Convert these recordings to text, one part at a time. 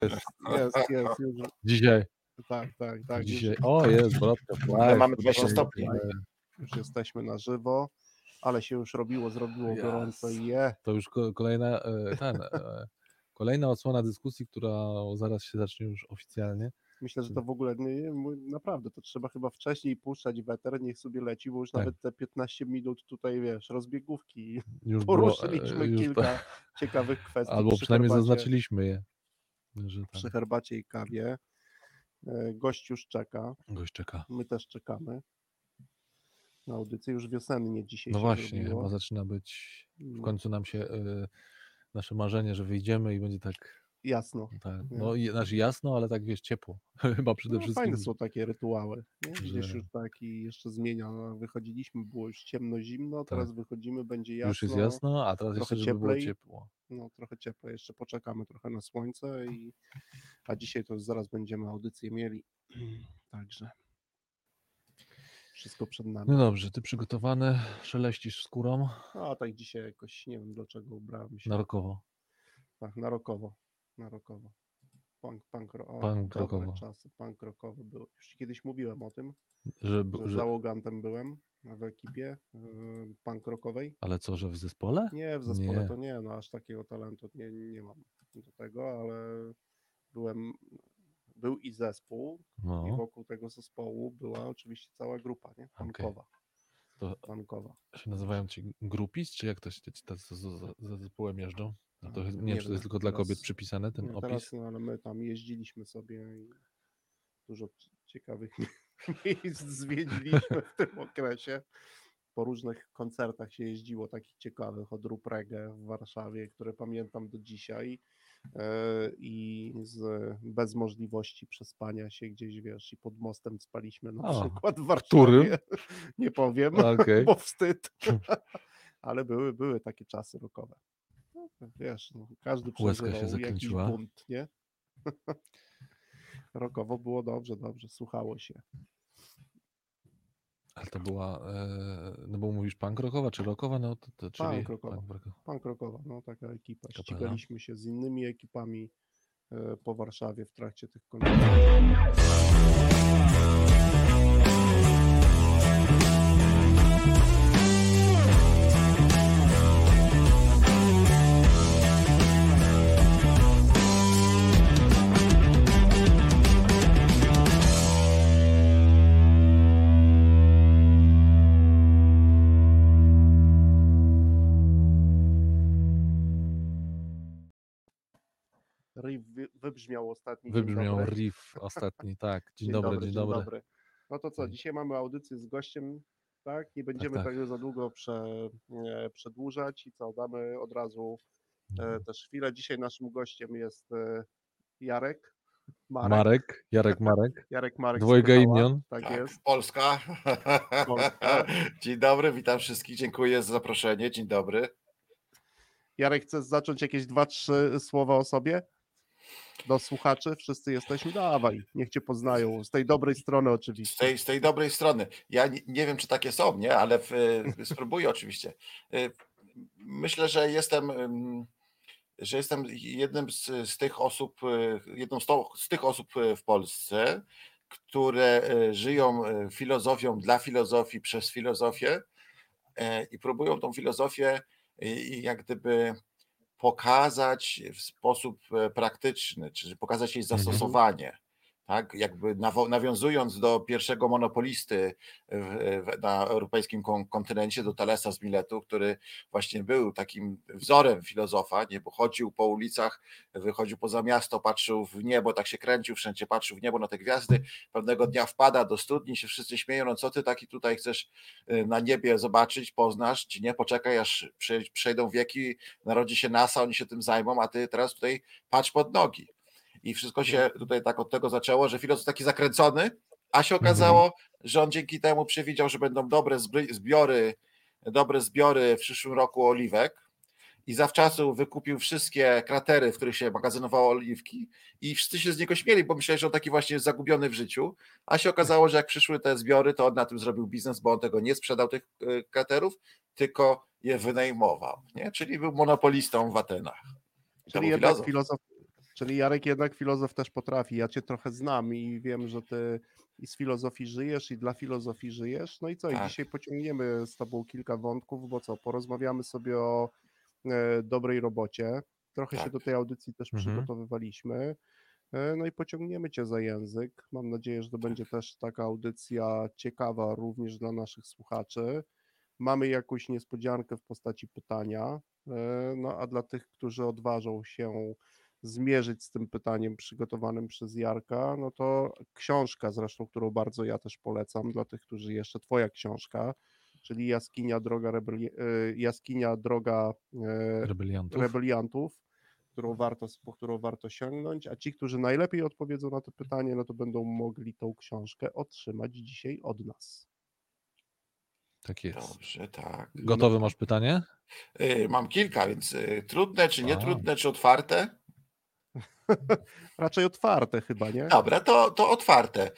Jest już. Dzisiaj. Tak. Dzisiaj. Już, Jest, Brodka. My mamy 20 stopni. Już jesteśmy na żywo, ale się już zrobiło gorąco i To już kolejna odsłona dyskusji, która zaraz się zacznie już oficjalnie. myślę, że to w ogóle naprawdę to trzeba chyba wcześniej puszczać weter, niech sobie leci, bo już nawet te 15 minut tutaj, rozbiegówki. Już poruszyliśmy kilka ciekawych kwestii. Albo przynajmniej zaznaczyliśmy je. Że przy herbacie i kawie. Gość już czeka. My też czekamy na audycję. Już wiosennie dzisiaj. No się właśnie, zrobiło. chyba zaczyna być. W końcu nam się nasze marzenie, że wyjdziemy i będzie tak. Jasno. Tak. No jasno, ale tak ciepło. Chyba przede wszystkim. Fajne są takie rytuały. Gdzieś już taki jeszcze zmienia. Wychodziliśmy, było już ciemno, zimno, teraz wychodzimy, będzie jasno. Już jest jasno, a teraz trochę jeszcze, żeby było ciepło. No trochę cieplej, jeszcze poczekamy trochę na słońce a dzisiaj to już zaraz będziemy audycję mieli. Także wszystko przed nami. No dobrze, ty przygotowany, szeleścisz skórą? A tak dzisiaj jakoś, nie wiem dlaczego ubrałem się. Na rockowo. Tak, na rockowo. Punk rockowo. Czasy, punk rockowy był. Już kiedyś mówiłem o tym, że załogantem byłem w ekipie punk rockowej. Ale co, że w zespole? Nie, w zespole to nie, aż takiego talentu nie mam do tego, ale był i zespół i wokół tego zespołu była oczywiście cała grupa, nie? Punkowa. To się nazywają ci grupis, czy jak to się za zespołem jeżdżą? No to nie wiem, czy to jest tylko dla kobiet przypisane, ten opis? Teraz, ale my tam jeździliśmy sobie i dużo ciekawych miejsc zwiedziliśmy w tym okresie. Po różnych koncertach się jeździło, takich ciekawych, od Ruprege w Warszawie, które pamiętam do dzisiaj i bez możliwości przespania się gdzieś, i pod mostem spaliśmy na przykład w Warszawie. Którym? Nie powiem, bo wstyd. Ale były takie czasy rockowe. Każdy przeżywał jakiś bunt, nie? Rockowo było dobrze, słuchało się. Ale to była, no bo mówisz punk rockowa czy rockowa? No to czyli punk rockowa, taka ekipa. Ścigaliśmy się z innymi ekipami po Warszawie w trakcie tych koncertów. Riff wybrzmiał ostatni. Wybrzmiał riff ostatni, tak. Dzień dobry. No to co, dzisiaj mamy audycję z gościem, tak? Nie będziemy tego za długo przedłużać i co, damy od razu też chwilę. Dzisiaj naszym gościem jest Jarek Marek. Dwojga imion. Tak jest. Polska. Dzień dobry, witam wszystkich, dziękuję za zaproszenie, dzień dobry. Jarek, chcesz zacząć jakieś 2-3 słowa o sobie? Do słuchaczy, wszyscy jesteśmy, dawaj, niech cię poznają, z tej dobrej strony oczywiście. Z tej dobrej strony. Ja nie wiem, czy takie są, nie, ale spróbuję oczywiście. Myślę, że jestem jednym z tych osób, jedną z tych osób w Polsce, które żyją filozofią dla filozofii, przez filozofię i próbują tą filozofię jak gdyby pokazać w sposób praktyczny, czyli pokazać jej zastosowanie. Tak, jakby nawiązując do pierwszego monopolisty na europejskim kontynencie, do Thalesa z Miletu, który właśnie był takim wzorem filozofa, nie, bo chodził po ulicach, wychodził poza miasto, patrzył w niebo, tak się kręcił, wszędzie patrzył w niebo na te gwiazdy, pewnego dnia wpada do studni, się wszyscy śmieją, no co ty taki tutaj chcesz na niebie zobaczyć, poznasz, czy nie, poczekaj aż przejdą wieki, narodzi się NASA, oni się tym zajmą, a ty teraz tutaj patrz pod nogi. I wszystko się tutaj tak od tego zaczęło, że filozof taki zakręcony, a się okazało, że on dzięki temu przewidział, że będą dobre zbiory w przyszłym roku oliwek i zawczasu wykupił wszystkie kratery, w których się magazynowało oliwki i wszyscy się z niego śmieli, bo myśleli, że on taki właśnie jest zagubiony w życiu, a się okazało, że jak przyszły te zbiory, to on na tym zrobił biznes, bo on tego nie sprzedał, tych kraterów, tylko je wynajmował, nie? Czyli był monopolistą w Atenach. Czyli jednak filozof Czyli Jarek jednak filozof też potrafi. Ja cię trochę znam i wiem, że ty i z filozofii żyjesz, i dla filozofii żyjesz. No i co? I Tak, dzisiaj pociągniemy z tobą kilka wątków, bo co? Porozmawiamy sobie o dobrej robocie. Trochę się tak. do tej audycji też Mhm. przygotowywaliśmy. No i pociągniemy cię za język. Mam nadzieję, że to będzie też taka audycja ciekawa również dla naszych słuchaczy. Mamy jakąś niespodziankę w postaci pytania. No a dla tych, którzy odważą się zmierzyć z tym pytaniem przygotowanym przez Jarka, no to książka zresztą, którą bardzo ja też polecam dla tych, którzy jeszcze twoja książka, czyli Jaskinia Droga Rebeliantów. Rebeliantów, po którą warto sięgnąć, a ci, którzy najlepiej odpowiedzą na to pytanie, no to będą mogli tą książkę otrzymać dzisiaj od nas. Tak jest. Dobrze, tak. Gotowy masz pytanie? Mam kilka, więc trudne, czy A. nietrudne, czy otwarte? Raczej otwarte chyba, nie? Dobra, to otwarte.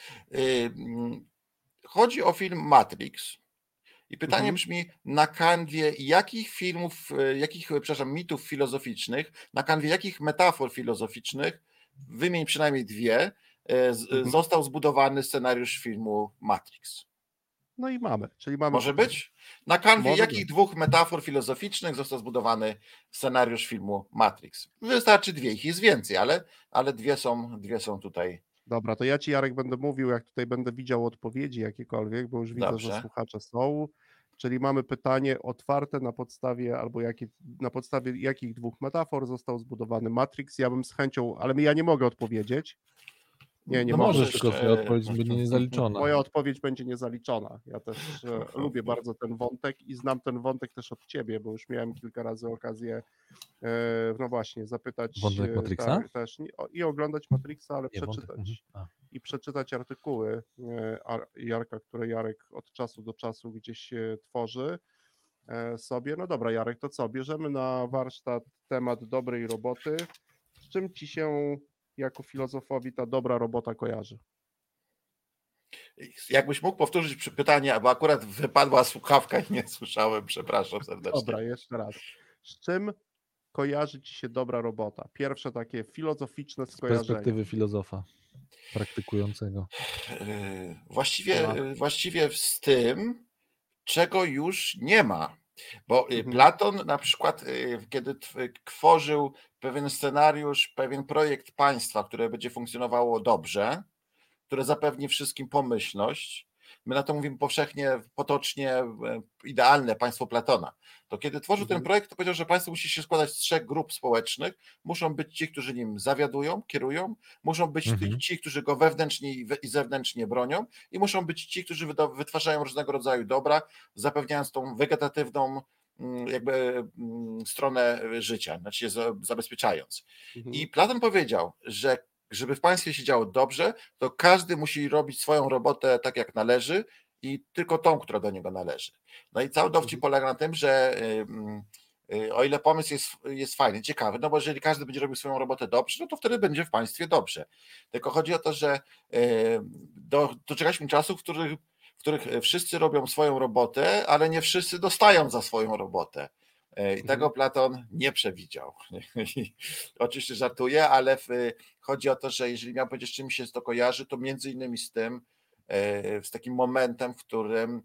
Chodzi o film Matrix. I pytanie brzmi, na kanwie jakich filmów, mitów filozoficznych, na kanwie jakich metafor filozoficznych, wymień przynajmniej dwie, został zbudowany scenariusz filmu Matrix. No i mamy, czyli mamy... Może być? Na kanwie Może jakich być. dwóch metafor filozoficznych został zbudowany scenariusz filmu Matrix? Wystarczy dwie, ich jest więcej, ale dwie są tutaj. Dobra, to ja ci, Jarek, będę mówił, jak tutaj będę widział odpowiedzi jakiekolwiek, bo już widzę, Dobrze. że słuchacze są. Czyli mamy pytanie otwarte na podstawie jakich dwóch metafor został zbudowany Matrix. Ja bym z chęcią, ale ja nie mogę odpowiedzieć. Nie No mogę. możesz, tylko twoja odpowiedź będzie niezaliczona. Moja odpowiedź będzie niezaliczona. Ja też lubię bardzo ten wątek i znam ten wątek też od ciebie, bo już miałem kilka razy okazję, no właśnie, zapytać Wątek Matrixa? też i oglądać Matrixa, ale Nie, wątek. przeczytać A. i przeczytać artykuły Jarka, które Jarek od czasu do czasu gdzieś tworzy sobie. No dobra, Jarek, to co? Bierzemy na warsztat temat dobrej roboty. Z czym ci się jako filozofowi ta dobra robota kojarzy? Jakbyś mógł powtórzyć pytanie, bo akurat wypadła słuchawka i nie słyszałem, przepraszam serdecznie. Dobra, jeszcze raz. Z czym kojarzy ci się dobra robota? Pierwsze takie filozoficzne skojarzenie. Z perspektywy filozofa praktykującego. Właściwie z tym, czego już nie ma. Bo Platon na przykład, kiedy tworzył pewien scenariusz, pewien projekt państwa, które będzie funkcjonowało dobrze, które zapewni wszystkim pomyślność, my na to mówimy powszechnie, potocznie, idealne państwo Platona. To kiedy tworzył ten projekt, to powiedział, że państwo musi się składać z 3 grup społecznych. Muszą być ci, którzy nim zawiadują, kierują, muszą być ci, którzy go wewnętrznie i zewnętrznie bronią i muszą być ci, którzy wytwarzają różnego rodzaju dobra, zapewniając tą wegetatywną jakby stronę życia, znaczy zabezpieczając. I Platon powiedział, że żeby w państwie się działo dobrze, to każdy musi robić swoją robotę tak jak należy i tylko tą, która do niego należy. No i cały dowcip polega na tym, że o ile pomysł jest fajny, ciekawy, no bo jeżeli każdy będzie robił swoją robotę dobrze, no to wtedy będzie w państwie dobrze. Tylko chodzi o to, że doczekaliśmy czasów, w których wszyscy robią swoją robotę, ale nie wszyscy dostają za swoją robotę. I tego Platon nie przewidział. Oczywiście żartuję, ale chodzi o to, że jeżeli miał powiedzieć, z czym się to kojarzy, to między innymi z takim momentem, w którym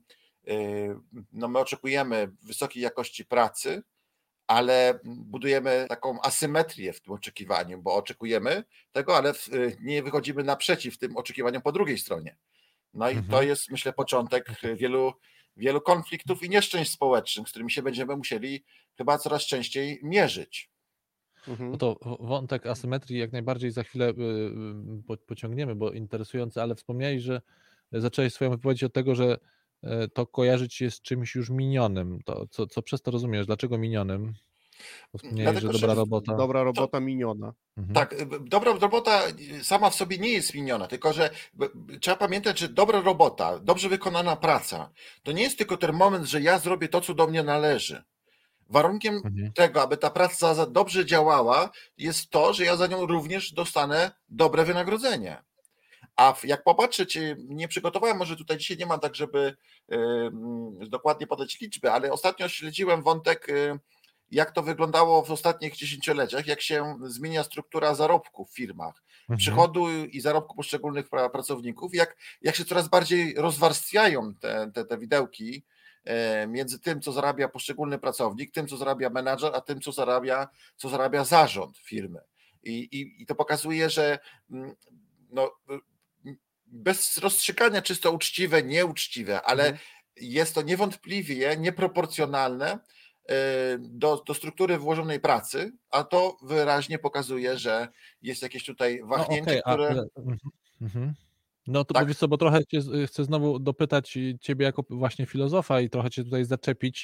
no my oczekujemy wysokiej jakości pracy, ale budujemy taką asymetrię w tym oczekiwaniu, bo oczekujemy tego, ale nie wychodzimy naprzeciw tym oczekiwaniom po drugiej stronie. No i to jest, myślę, początek wielu konfliktów i nieszczęść społecznych, z którymi się będziemy musieli chyba coraz częściej mierzyć. No to wątek asymetrii jak najbardziej za chwilę pociągniemy, bo interesujący, ale wspomniałeś, że zacząłeś swoją wypowiedź od tego, że to kojarzyć się z czymś już minionym. To, co przez to rozumiesz? Dlaczego minionym? Wspomniałeś, że dobra robota miniona. Tak, dobra robota sama w sobie nie jest miniona, tylko że trzeba pamiętać, że dobra robota, dobrze wykonana praca, to nie jest tylko ten moment, że ja zrobię to, co do mnie należy. Warunkiem tego, aby ta praca dobrze działała, jest to, że ja za nią również dostanę dobre wynagrodzenie. A jak popatrzeć, nie przygotowałem, może tutaj dzisiaj nie mam tak, żeby dokładnie podać liczby, ale ostatnio śledziłem wątek jak to wyglądało w ostatnich dziesięcioleciach, jak się zmienia struktura zarobków w firmach, przychodu i zarobku poszczególnych pracowników, jak się coraz bardziej rozwarstwiają te widełki między tym, co zarabia poszczególny pracownik, tym, co zarabia menadżer, a tym, co zarabia zarząd firmy. I to pokazuje, że no, bez rozstrzygania czysto uczciwe, nieuczciwe, ale jest to niewątpliwie nieproporcjonalne do struktury włożonej pracy, a to wyraźnie pokazuje, że jest jakieś tutaj wahnięcie, które... No to Tak? powiedz co, bo trochę chcę znowu dopytać ciebie jako właśnie filozofa i trochę cię tutaj zaczepić.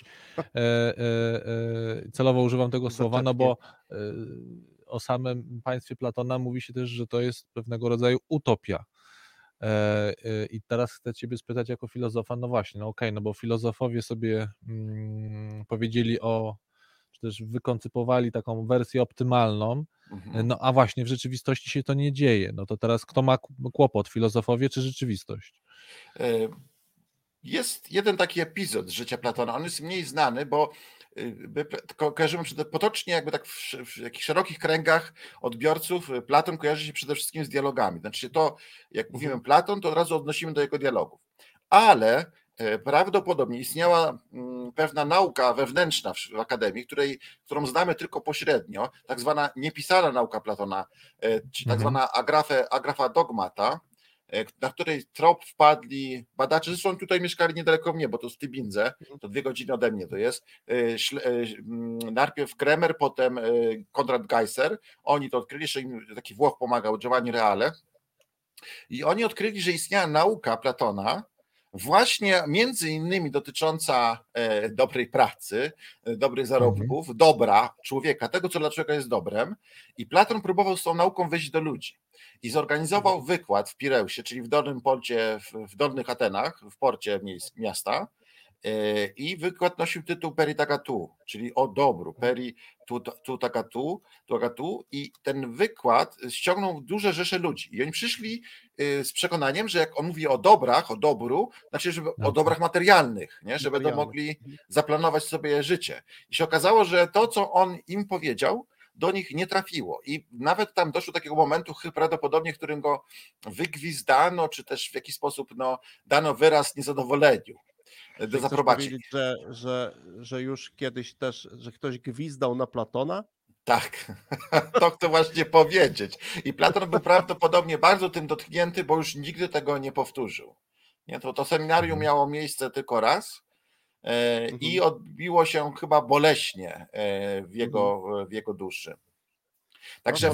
Celowo używam tego słowa, no bo o samym państwie Platona mówi się też, że to jest pewnego rodzaju utopia. I teraz chcę ciebie spytać jako filozofa, no właśnie, no okej, no bo filozofowie sobie powiedzieli czy też wykoncypowali taką wersję optymalną, no a właśnie w rzeczywistości się to nie dzieje. No to teraz kto ma kłopot, filozofowie czy rzeczywistość? Jest jeden taki epizod z życia Platona, on jest mniej znany, bo kojarzymy potocznie jakby tak w jakichś szerokich kręgach odbiorców Platon kojarzy się przede wszystkim z dialogami. Znaczy to, jak mówimy Platon, to od razu odnosimy do jego dialogów. Ale prawdopodobnie istniała pewna nauka wewnętrzna w akademii, którą znamy tylko pośrednio, tak zwana niepisana nauka Platona, czy tak zwana agrafa dogmata, na której trop wpadli badacze, zresztą tutaj mieszkali niedaleko mnie, bo to z Tybindze, to 2 godziny ode mnie to jest, najpierw Kremer, potem Konrad Geisser, oni to odkryli, że im taki Włoch pomagał, Giovanni Reale, i oni odkryli, że istniała nauka Platona, właśnie między innymi dotycząca dobrej pracy, dobrych zarobków, dobra człowieka, tego, co dla człowieka jest dobrem, i Platon próbował z tą nauką wejść do ludzi. I zorganizował wykład w Pireusie, czyli w Dolnym Porcie, w Dolnych Atenach, w porcie miasta. I wykład nosił tytuł Peri Tagatu, czyli o dobru, Peri tu Tagatu, i ten wykład ściągnął duże rzesze ludzi. I oni przyszli z przekonaniem, że jak on mówi o dobrach, o dobru, znaczy, żeby o dobrach materialnych, nie? Że będą mogli zaplanować sobie życie. I się okazało, że to, co on im powiedział, do nich nie trafiło. I nawet tam doszło do takiego momentu, prawdopodobnie, w którym go wygwizdano, czy też w jakiś sposób dano wyraz niezadowoleniu. Do zaprobacji. Chcesz powiedzieć, że już kiedyś też, że ktoś gwizdał na Platona? Tak, to chcę właśnie powiedzieć. I Platon był prawdopodobnie bardzo tym dotknięty, bo już nigdy tego nie powtórzył. Nie? To seminarium miało miejsce tylko raz i odbiło się chyba boleśnie w jego duszy. Także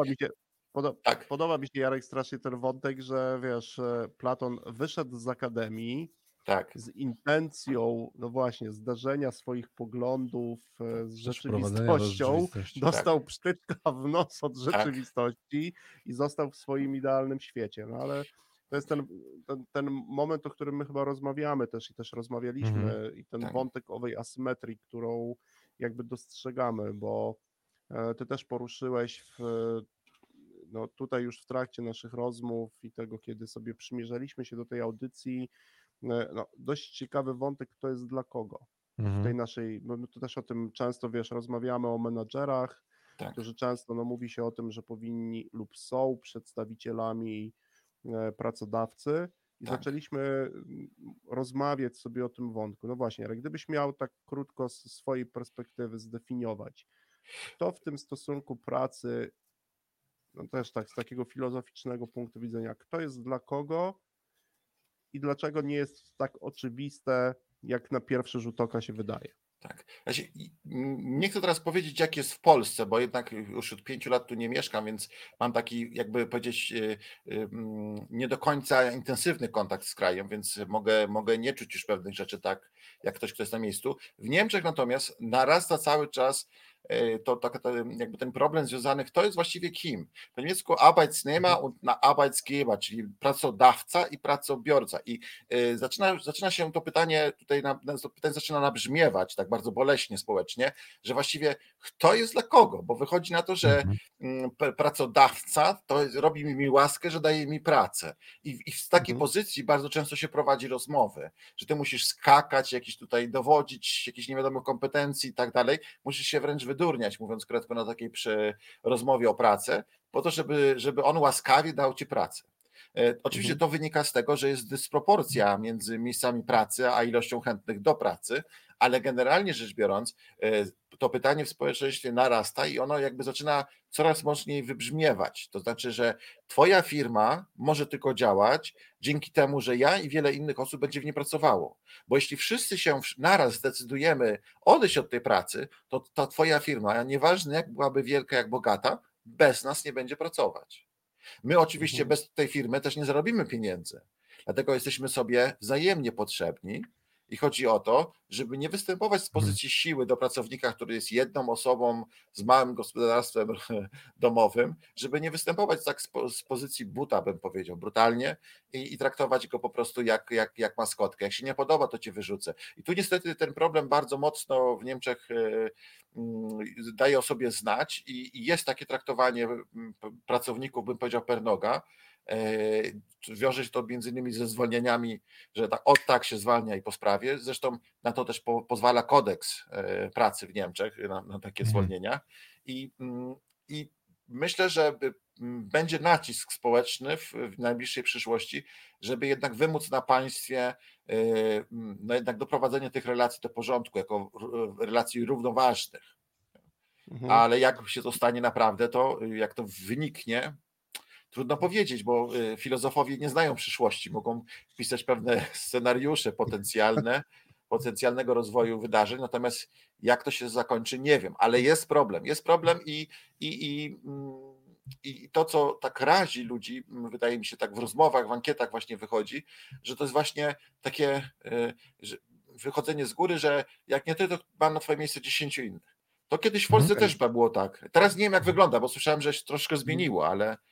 podoba mi się, Jarek, strasznie ten wątek, że wiesz, Platon wyszedł z akademii z intencją, no właśnie, zdarzenia swoich poglądów z rzeczywistością, dostał psztyczka w nos od rzeczywistości i został w swoim idealnym świecie. No ale to jest ten moment, o którym my chyba rozmawiamy też i też rozmawialiśmy, i ten wątek owej asymetrii, którą jakby dostrzegamy, bo ty też poruszyłeś no tutaj już w trakcie naszych rozmów i tego, kiedy sobie przymierzaliśmy się do tej audycji, no, dość ciekawy wątek, kto jest dla kogo w tej naszej, bo my tu też o tym często, wiesz, rozmawiamy o menadżerach, którzy często, no, mówi się o tym, że powinni lub są przedstawicielami pracodawcy i zaczęliśmy rozmawiać sobie o tym wątku. No właśnie, ale gdybyś miał tak krótko z swojej perspektywy zdefiniować, kto w tym stosunku pracy, no też tak z takiego filozoficznego punktu widzenia, kto jest dla kogo i dlaczego nie jest tak oczywiste, jak na pierwszy rzut oka się wydaje. Tak. Nie chcę teraz powiedzieć, jak jest w Polsce, bo jednak już od 5 lat tu nie mieszkam, więc mam taki, jakby powiedzieć, nie do końca intensywny kontakt z krajem, więc mogę nie czuć już pewnych rzeczy tak, jak ktoś, kto jest na miejscu. W Niemczech natomiast narasta cały czas jakby ten problem związany, kto jest właściwie kim. Po niemiecku Arbeitnehmer und Arbeitgeber, czyli pracodawca i pracobiorca. I zaczyna się to pytanie, to pytanie zaczyna nabrzmiewać tak bardzo boleśnie społecznie, że właściwie kto jest dla kogo, bo wychodzi na to, że pracodawca to robi mi łaskę, że daje mi pracę. I z takiej pozycji bardzo często się prowadzi rozmowy, że ty musisz skakać, jakieś tutaj dowodzić, jakieś nie wiadomo kompetencji i tak dalej, musisz się wręcz wydurniać, mówiąc krótko, na takiej przy rozmowie o pracę, po to, żeby on łaskawie dał ci pracę. Oczywiście to wynika z tego, że jest dysproporcja między miejscami pracy a ilością chętnych do pracy, ale generalnie rzecz biorąc, to pytanie w społeczeństwie narasta i ono jakby zaczyna coraz mocniej wybrzmiewać. To znaczy, że twoja firma może tylko działać dzięki temu, że ja i wiele innych osób będzie w niej pracowało. Bo jeśli wszyscy się naraz zdecydujemy odejść od tej pracy, to ta twoja firma, nieważne jak byłaby wielka, jak bogata, bez nas nie będzie pracować. My oczywiście bez tej firmy też nie zarobimy pieniędzy, dlatego jesteśmy sobie wzajemnie potrzebni i chodzi o to, żeby nie występować z pozycji siły do pracownika, który jest jedną osobą z małym gospodarstwem domowym, żeby nie występować tak z pozycji buta, bym powiedział, brutalnie i traktować go po prostu jak maskotkę. Jak się nie podoba, to cię wyrzucę. I tu niestety ten problem bardzo mocno w Niemczech daje o sobie znać i jest takie traktowanie pracowników, bym powiedział, per noga. Wiąże się to między innymi ze zwolnieniami, że tak się zwalnia i po sprawie. Zresztą na to też pozwala kodeks pracy w Niemczech, na takie zwolnienia. I myślę, że będzie nacisk społeczny w najbliższej przyszłości, żeby jednak wymóc na państwie no jednak doprowadzenie tych relacji do porządku, jako relacji równoważnych. Ale jak się to stanie naprawdę, to jak to wyniknie, trudno powiedzieć, bo filozofowie nie znają przyszłości, mogą pisać pewne scenariusze potencjalnego rozwoju wydarzeń, natomiast jak to się zakończy, nie wiem, ale jest problem i to, co tak razi ludzi, wydaje mi się, tak w rozmowach, w ankietach właśnie wychodzi, że to jest właśnie takie wychodzenie z góry, że jak nie ty, to mam na twoje miejsce 10 innych. To kiedyś w Polsce też było tak. Teraz nie wiem, jak wygląda, bo słyszałem, że się troszkę zmieniło,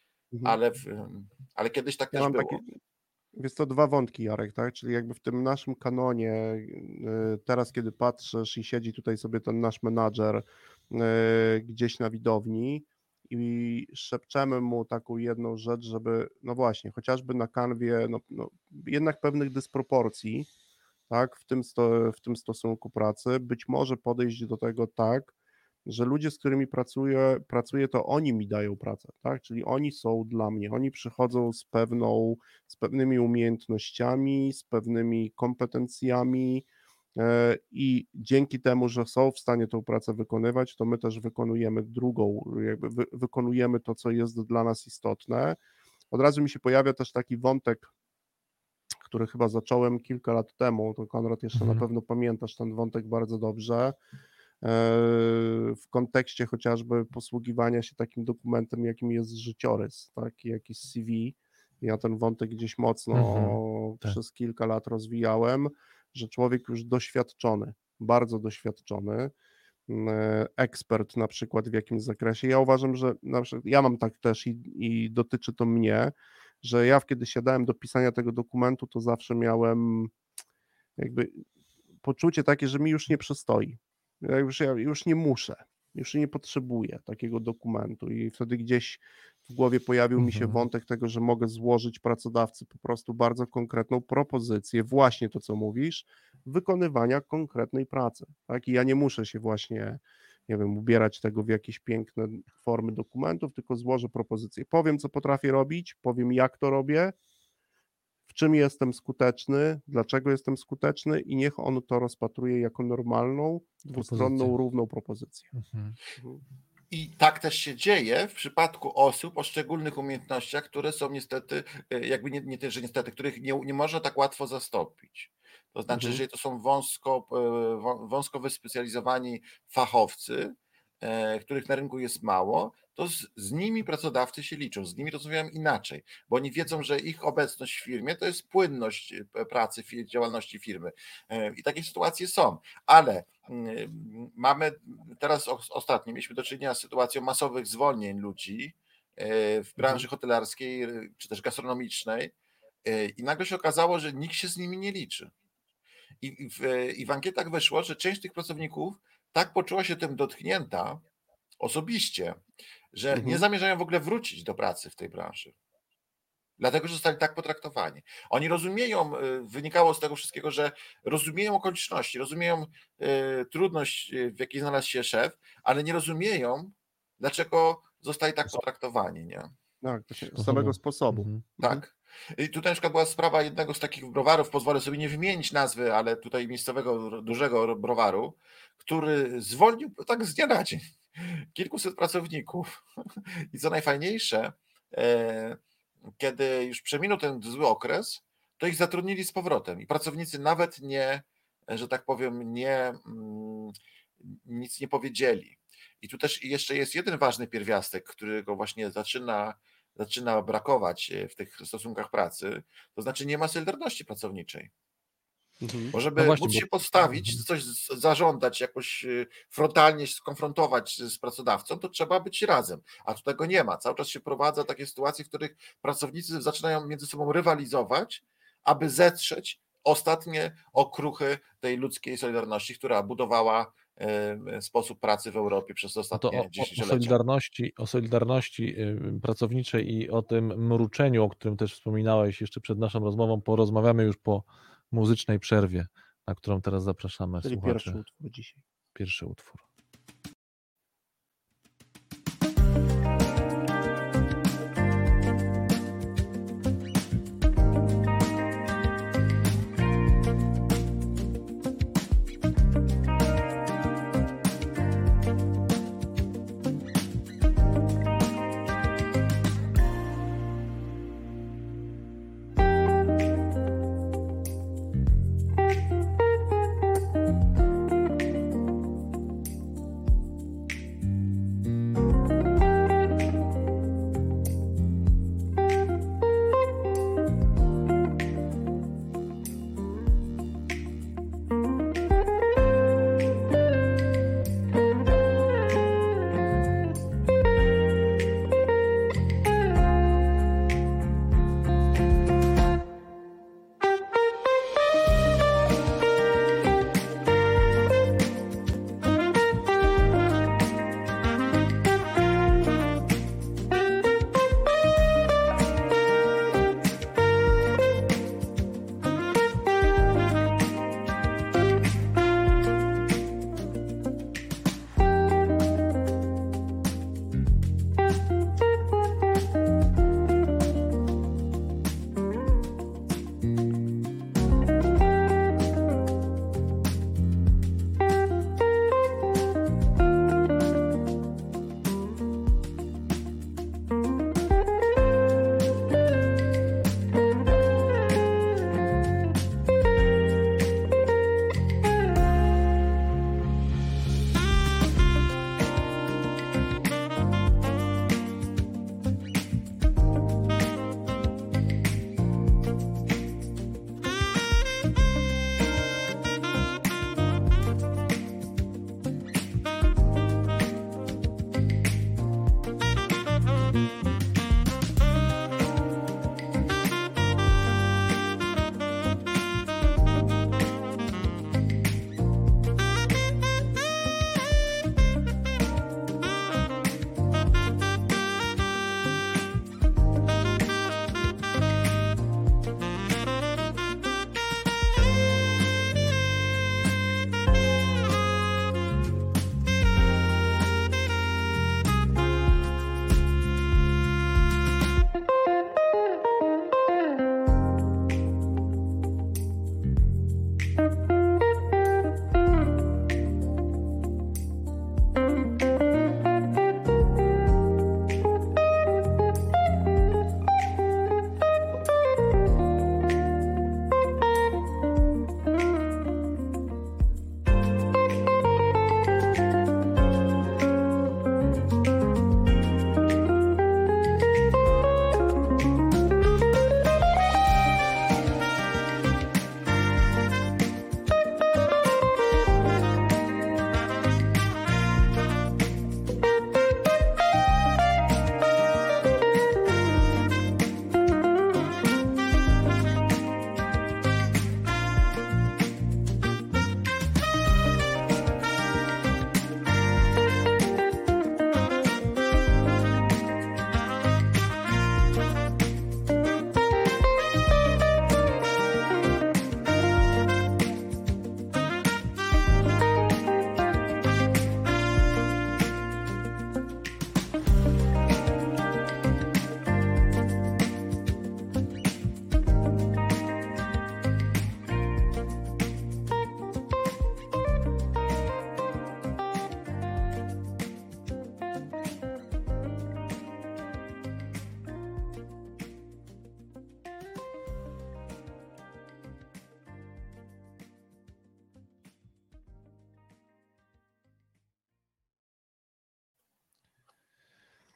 ale kiedyś tak też było. Jest to dwa wątki, Jarek, tak? Czyli jakby w tym naszym kanonie, teraz kiedy patrzysz i siedzi tutaj sobie ten nasz menadżer gdzieś na widowni i szepczemy mu taką jedną rzecz, żeby, no właśnie, chociażby na kanwie, no jednak pewnych dysproporcji, tak, w tym stosunku pracy, być może podejść do tego tak, że ludzie, z którymi pracuję, to oni mi dają pracę, tak? Czyli oni są dla mnie, oni przychodzą z pewnymi umiejętnościami, z pewnymi kompetencjami i dzięki temu, że są w stanie tą pracę wykonywać, to my też wykonujemy wykonujemy to, co jest dla nas istotne. Od razu mi się pojawia też taki wątek, który chyba zacząłem kilka lat temu, to Konrad jeszcze na pewno pamiętasz ten wątek bardzo dobrze, w kontekście chociażby posługiwania się takim dokumentem, jakim jest życiorys, tak, jakiś CV. Ja ten wątek gdzieś mocno przez kilka lat rozwijałem, że człowiek już doświadczony, bardzo doświadczony, ekspert na przykład w jakimś zakresie. Ja uważam, że na przykład ja mam tak też i dotyczy to mnie, że ja kiedy siadałem do pisania tego dokumentu, to zawsze miałem jakby poczucie takie, że mi już nie przystoi. Ja już nie muszę, już nie potrzebuję takiego dokumentu i wtedy gdzieś w głowie pojawił mi się wątek tego, że mogę złożyć pracodawcy po prostu bardzo konkretną propozycję, właśnie to, co mówisz, wykonywania konkretnej pracy, tak? I ja nie muszę się właśnie, nie wiem, ubierać tego w jakieś piękne formy dokumentów, tylko złożę propozycję. Powiem, co potrafię robić, powiem, jak to robię, w czym jestem skuteczny, dlaczego jestem skuteczny i niech on to rozpatruje jako normalną, dwustronną, równą propozycję. I tak też się dzieje w przypadku osób o szczególnych umiejętnościach, które są niestety, jakby że niestety, których nie można tak łatwo zastąpić. To znaczy, że to są wąsko wyspecjalizowani fachowcy, których na rynku jest mało, to z nimi pracodawcy się liczą, z nimi rozmawiają inaczej, bo oni wiedzą, że ich obecność w firmie to jest płynność pracy, działalności firmy. I takie sytuacje są, ale mamy teraz ostatnio, mieliśmy do czynienia z sytuacją masowych zwolnień ludzi w branży hotelarskiej czy też gastronomicznej i nagle się okazało, że nikt się z nimi nie liczy. I w ankietach wyszło, że część tych pracowników tak poczuła się tym dotknięta osobiście, że nie zamierzają w ogóle wrócić do pracy w tej branży. Dlatego, że zostali tak potraktowani. Oni rozumieją, wynikało z tego wszystkiego, że rozumieją okoliczności, rozumieją trudność, w jakiej znalazł się szef, ale nie rozumieją, dlaczego zostali tak potraktowani. Nie? Tak, z samego sposobu. Tak. I tutaj na przykład była sprawa jednego z takich browarów, pozwolę sobie nie wymienić nazwy, ale tutaj miejscowego, dużego browaru, który zwolnił tak z dnia na dzień kilkuset pracowników. I co najfajniejsze, kiedy już przeminął ten zły okres, to ich zatrudnili z powrotem i pracownicy nawet nie, że tak powiem, nic nie powiedzieli. I tu też jeszcze jest jeden ważny pierwiastek, którego właśnie zaczyna brakować w tych stosunkach pracy, to znaczy nie ma solidarności pracowniczej. Bo żeby móc się postawić, coś zażądać, jakoś frontalnie się skonfrontować z pracodawcą, to trzeba być razem, a tu tego nie ma. Cały czas się prowadza takie sytuacje, w których pracownicy zaczynają między sobą rywalizować, aby zetrzeć ostatnie okruchy tej ludzkiej solidarności, która budowała sposób pracy w Europie przez ostatnie dziesięciolecia. O solidarności pracowniczej i o tym mruczeniu, o którym też wspominałeś jeszcze przed naszą rozmową, porozmawiamy już po muzycznej przerwie, na którą teraz zapraszamy Czyli słuchaczy. Pierwszy utwór dzisiaj. Pierwszy utwór.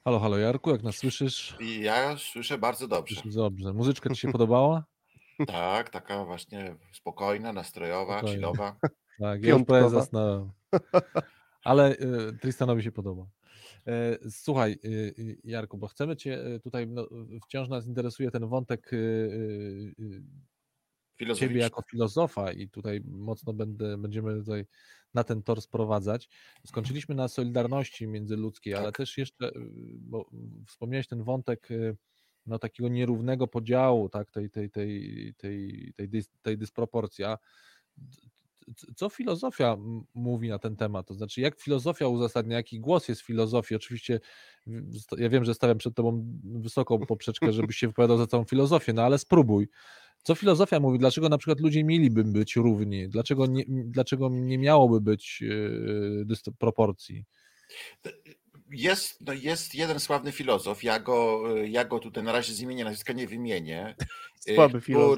Halo, halo Jarku, jak nas słyszysz? I ja słyszę bardzo dobrze. Słyszysz dobrze. Muzyczka ci się podobała? Tak, taka właśnie spokojna, nastrojowa, Spokojnie. chillowa. Tak, ja już prawie Piątkowa. zasnąłem. Ale Tristanowi się podoba. Słuchaj, Jarku, bo chcemy cię tutaj, no, wciąż nas interesuje ten wątek ciebie Filozoficzny. jako filozofa i tutaj mocno będziemy tutaj na ten tor sprowadzać. Skończyliśmy na solidarności międzyludzkiej, ale Tak. też jeszcze, bo wspomniałeś ten wątek no, takiego nierównego podziału, tak, tej dysproporcji. A co filozofia mówi na ten temat? To znaczy, jak filozofia uzasadnia, jaki głos jest w filozofii? Oczywiście ja wiem, że stawiam przed tobą wysoką poprzeczkę, żebyś się wypowiadał za całą filozofię, no ale spróbuj. Co filozofia mówi? Dlaczego na przykład ludzie mieliby być równi? Dlaczego nie miałoby być dysproporcji? Jest jeden sławny filozof, ja go tutaj na razie z imienia nazwiska nie wymienię, Słaby filozof.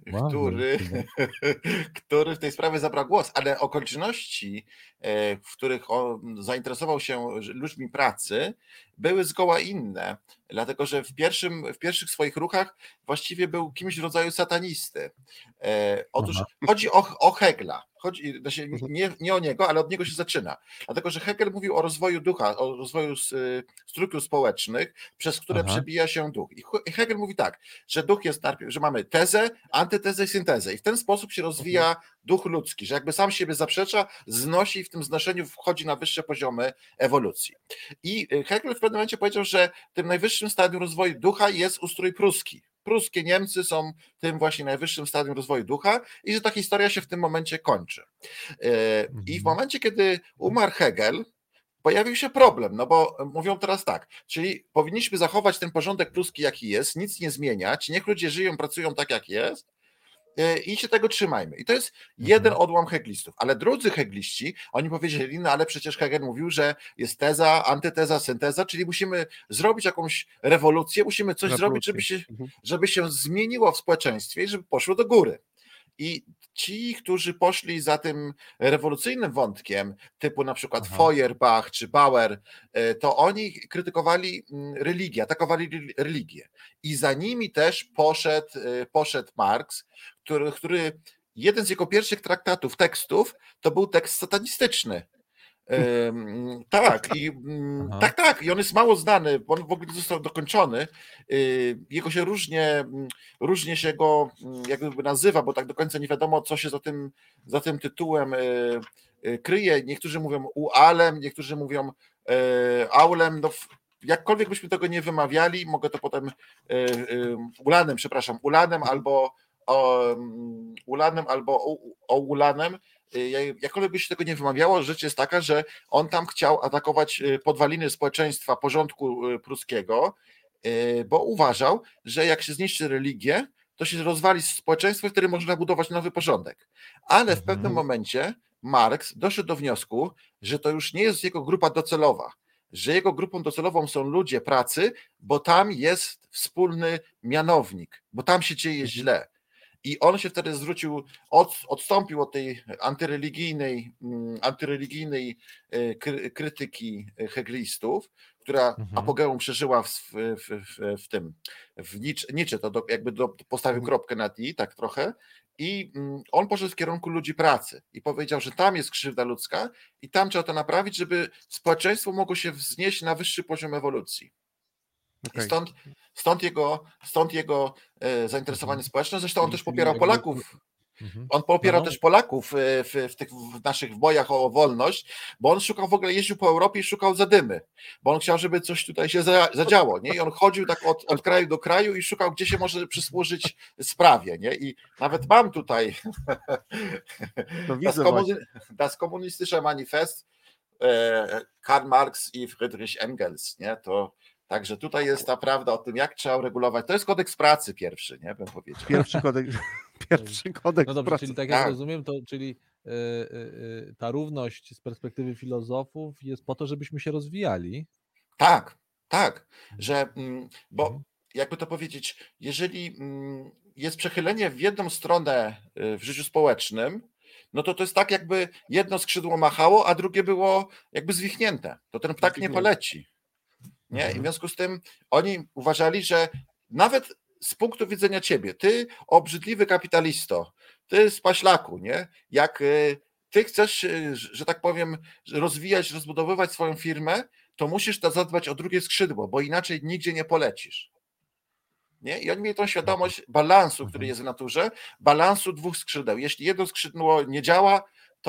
który w tej sprawie zabrał głos, ale okoliczności, w których on zainteresował się ludźmi pracy, były zgoła inne, dlatego że w pierwszych swoich ruchach właściwie był kimś w rodzaju satanisty. Otóż chodzi o Hegla. Znaczy nie o niego, ale od niego się zaczyna. Dlatego, że Hegel mówił o rozwoju ducha, o rozwoju struktur społecznych, przez które przebija się duch. I Hegel mówi tak, że duch jest najpierw, że mamy tezę, antytezę i syntezę. I w ten sposób się rozwija duch ludzki, że jakby sam siebie zaprzecza, znosi i w tym znoszeniu wchodzi na wyższe poziomy ewolucji. I Hegel w pewnym momencie powiedział, że tym najwyższym stadium rozwoju ducha jest ustrój pruski. Pruskie Niemcy są tym właśnie najwyższym stadium rozwoju ducha i że ta historia się w tym momencie kończy. I w momencie, kiedy umarł Hegel, pojawił się problem, no bo mówią teraz tak, czyli powinniśmy zachować ten porządek pruski jaki jest, nic nie zmieniać, niech ludzie żyją, pracują tak jak jest i się tego trzymajmy. I to jest jeden odłam heglistów, ale drudzy hegliści, oni powiedzieli, no ale przecież Hegel mówił, że jest teza, antyteza, synteza, czyli musimy zrobić jakąś rewolucję, musimy coś zrobić, żeby się zmieniło w społeczeństwie i żeby poszło do góry. I ci, którzy poszli za tym rewolucyjnym wątkiem, typu na przykład Feuerbach czy Bauer, to oni krytykowali religię, atakowali religię. I za nimi też poszedł Marks, który jeden z jego pierwszych traktatów, tekstów, to był tekst satanistyczny. Tak, i on jest mało znany, bo on w ogóle został dokończony. Jego się różnie się go jakby nazywa, bo tak do końca nie wiadomo, co się za tym tytułem kryje. Niektórzy mówią Ualem, niektórzy mówią Aulem. No, jakkolwiek byśmy tego nie wymawiali, mogę to potem Ulanem albo Oulanem. Jakkolwiek by się tego nie wymawiało, rzecz jest taka, że on tam chciał atakować podwaliny społeczeństwa porządku pruskiego, bo uważał, że jak się zniszczy religię, to się rozwali społeczeństwo i wtedy można budować nowy porządek. Ale w pewnym momencie Marks doszedł do wniosku, że to już nie jest jego grupa docelowa, że jego grupą docelową są ludzie pracy, bo tam jest wspólny mianownik, bo tam się dzieje źle. I on się wtedy odstąpił od tej antyreligijnej krytyki heglistów, która apogeum przeżyła w Nietzsche, to jakby postawił kropkę nad i, tak trochę, i on poszedł w kierunku ludzi pracy i powiedział, że tam jest krzywda ludzka i tam trzeba to naprawić, żeby społeczeństwo mogło się wznieść na wyższy poziom ewolucji. Okay. I stąd jego zainteresowanie społeczne. Zresztą on też popierał Polaków. On popierał też Polaków w tych naszych bojach o wolność, bo on szukał w ogóle, jeździł po Europie i szukał zadymy, bo on chciał, żeby coś tutaj się zadziało, nie? I on chodził tak od kraju do kraju i szukał, gdzie się może przysłużyć sprawie, nie? I nawet mam tutaj Das Kommunistische Manifest, Karl Marx i Friedrich Engels, nie? Także tutaj jest ta prawda o tym, jak trzeba uregulować. To jest kodeks pracy pierwszy, nie? Bym powiedział. Pierwszy kodeks no dobrze, pracy. Czyli tak jak rozumiem, to czyli ta równość z perspektywy filozofów jest po to, żebyśmy się rozwijali. Tak, że bo jakby to powiedzieć, jeżeli jest przechylenie w jedną stronę w życiu społecznym, no to jest tak, jakby jedno skrzydło machało, a drugie było jakby zwichnięte. To ten ptak nie poleci. nie? I w Mhm. związku z tym oni uważali, że nawet z punktu widzenia ciebie, ty obrzydliwy kapitalisto, ty spaślaku, nie? Jak ty chcesz, że tak powiem, rozwijać, rozbudowywać swoją firmę, to musisz zadbać o drugie skrzydło, bo inaczej nigdzie nie polecisz. Nie? I oni mieli tą świadomość balansu, który jest w naturze, balansu dwóch skrzydeł. Jeśli jedno skrzydło nie działa,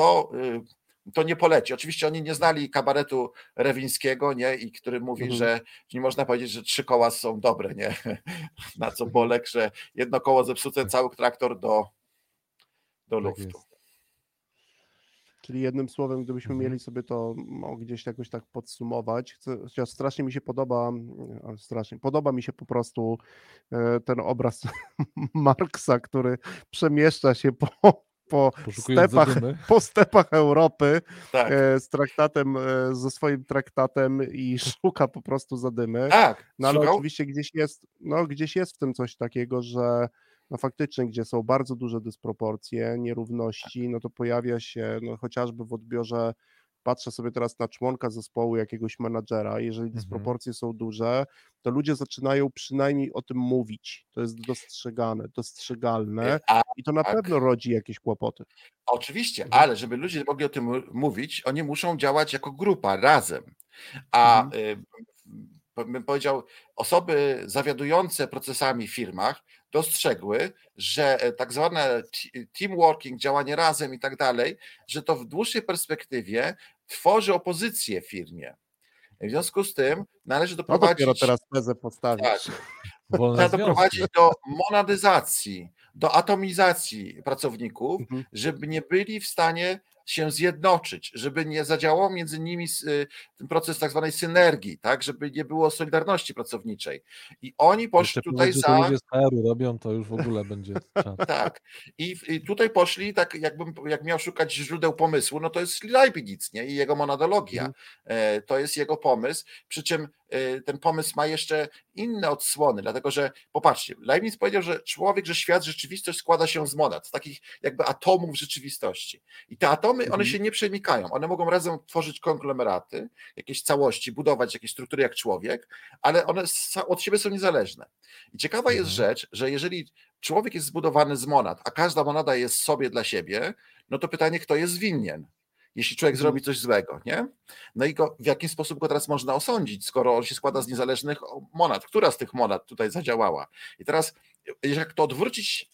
to nie poleci. Oczywiście oni nie znali kabaretu Rewińskiego, nie? I który mówi, że nie można powiedzieć, że 3 koła są dobre, nie? Na co Bolek, że jedno koło zepsute, cały traktor do Tak luftu. jest. Czyli jednym słowem, gdybyśmy mieli sobie to gdzieś jakoś tak podsumować, chociaż strasznie mi się podoba mi się po prostu ten obraz Marksa, który przemieszcza się Poszukując zadymy. po stepach Europy Tak, z traktatem, ze swoim traktatem i szuka po prostu zadymy. tak. No ale Szukał? oczywiście gdzieś jest w tym coś takiego, że no faktycznie, gdzie są bardzo duże dysproporcje, nierówności, no to pojawia się no chociażby w odbiorze, patrzę sobie teraz na członka zespołu jakiegoś menadżera, jeżeli dysproporcje są duże, to ludzie zaczynają przynajmniej o tym mówić. To jest dostrzegalne i to na Tak. pewno rodzi jakieś kłopoty. Oczywiście, ale żeby ludzie mogli o tym mówić, oni muszą działać jako grupa, razem. A bym powiedział, osoby zawiadujące procesami w firmach dostrzegły, że tak zwane teamworking, działanie razem i tak dalej, że to w dłuższej perspektywie tworzy opozycję w firmie. W związku z tym należy No dopiero doprowadzić, teraz tezę postawić. tak, Wolne trzeba związki. doprowadzić do monadyzacji, do atomizacji pracowników, Mhm. żeby nie byli w stanie się zjednoczyć, żeby nie zadziałał między nimi ten proces tak zwanej synergii, tak, żeby nie było solidarności pracowniczej. I oni Jeszcze poszli tutaj powiedz, że to ludzie z HR-u robią, to już w ogóle będzie czad. tak. I tutaj poszli, tak jak miał szukać źródeł pomysłu, no to jest Leibniz, nie? I jego monadologia. To jest jego pomysł, przy czym ten pomysł ma jeszcze inne odsłony, dlatego że popatrzcie, Leibniz powiedział, że świat, rzeczywistość składa się z monad, z takich jakby atomów rzeczywistości. I te atomy, one się nie przenikają, one mogą razem tworzyć konglomeraty, jakieś całości, budować jakieś struktury jak człowiek, ale one od siebie są niezależne. I ciekawa jest rzecz, że jeżeli człowiek jest zbudowany z monad, a każda monada jest sobie dla siebie, no to pytanie, kto jest winien, jeśli człowiek zrobi coś złego, nie? No i w jaki sposób go teraz można osądzić, skoro on się składa z niezależnych monad? Która z tych monad tutaj zadziałała? I teraz, jak to odwrócić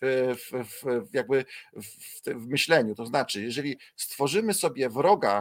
w myśleniu, to znaczy, jeżeli stworzymy sobie wroga,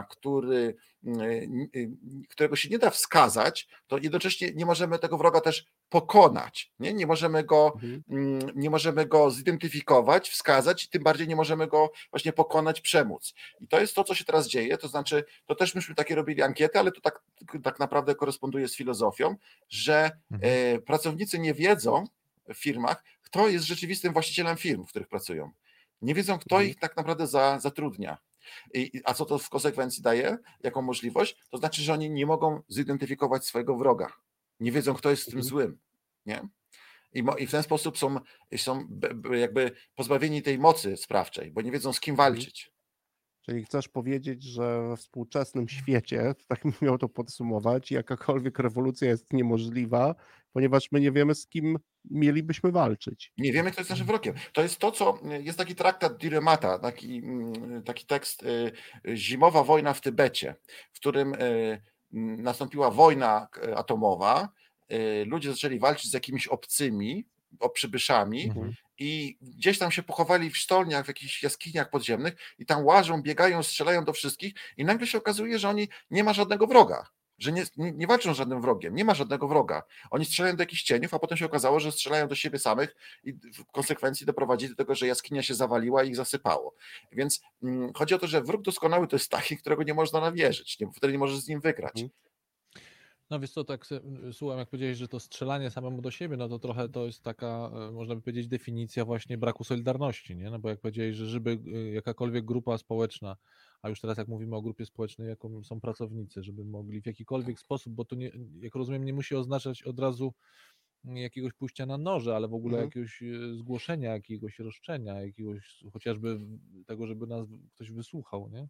którego się nie da wskazać, to jednocześnie nie możemy tego wroga też pokonać, nie możemy go zidentyfikować, wskazać, tym bardziej nie możemy go właśnie pokonać, przemóc. I to jest to, co się teraz dzieje, to znaczy, to też myśmy takie robili ankiety, ale to tak naprawdę koresponduje z filozofią, że pracownicy nie wiedzą w firmach, kto jest rzeczywistym właścicielem firm, w których pracują. Nie wiedzą, kto ich tak naprawdę zatrudnia. A co to w konsekwencji daje? Jaką możliwość? To znaczy, że oni nie mogą zidentyfikować swojego wroga. Nie wiedzą, kto jest tym złym. Nie? I w ten sposób są jakby pozbawieni tej mocy sprawczej, bo nie wiedzą, z kim walczyć. Czyli chcesz powiedzieć, że we współczesnym świecie, tak bym miał to podsumować, jakakolwiek rewolucja jest niemożliwa, ponieważ my nie wiemy, z kim mielibyśmy walczyć. Nie wiemy, kto jest naszym wrogiem. To jest to, co jest taki traktat Diremata, taki tekst Zimowa wojna w Tybecie, w którym nastąpiła wojna atomowa, ludzie zaczęli walczyć z jakimiś obcymi, przybyszami i gdzieś tam się pochowali w sztolniach, w jakichś jaskiniach podziemnych i tam łażą, biegają, strzelają do wszystkich i nagle się okazuje, że oni nie ma żadnego wroga, że nie walczą z żadnym wrogiem, nie ma żadnego wroga. Oni strzelają do jakichś cieniów, a potem się okazało, że strzelają do siebie samych i w konsekwencji doprowadzili do tego, że jaskinia się zawaliła i ich zasypało. Więc chodzi o to, że wróg doskonały to jest taki, którego nie można nawierzyć, wtedy nie możesz z nim wygrać. No wiesz co, tak słucham, jak powiedziałeś, że to strzelanie samemu do siebie, no to trochę to jest taka, można by powiedzieć, definicja właśnie braku solidarności, nie? No bo jak powiedziałeś, że żeby jakakolwiek grupa społeczna, a już teraz jak mówimy o grupie społecznej, jaką są pracownicy, żeby mogli w jakikolwiek sposób, bo to nie, jak rozumiem, nie musi oznaczać od razu jakiegoś pójścia na noże, ale w ogóle jakiegoś zgłoszenia, jakiegoś roszczenia, jakiegoś chociażby tego, żeby nas ktoś wysłuchał, nie?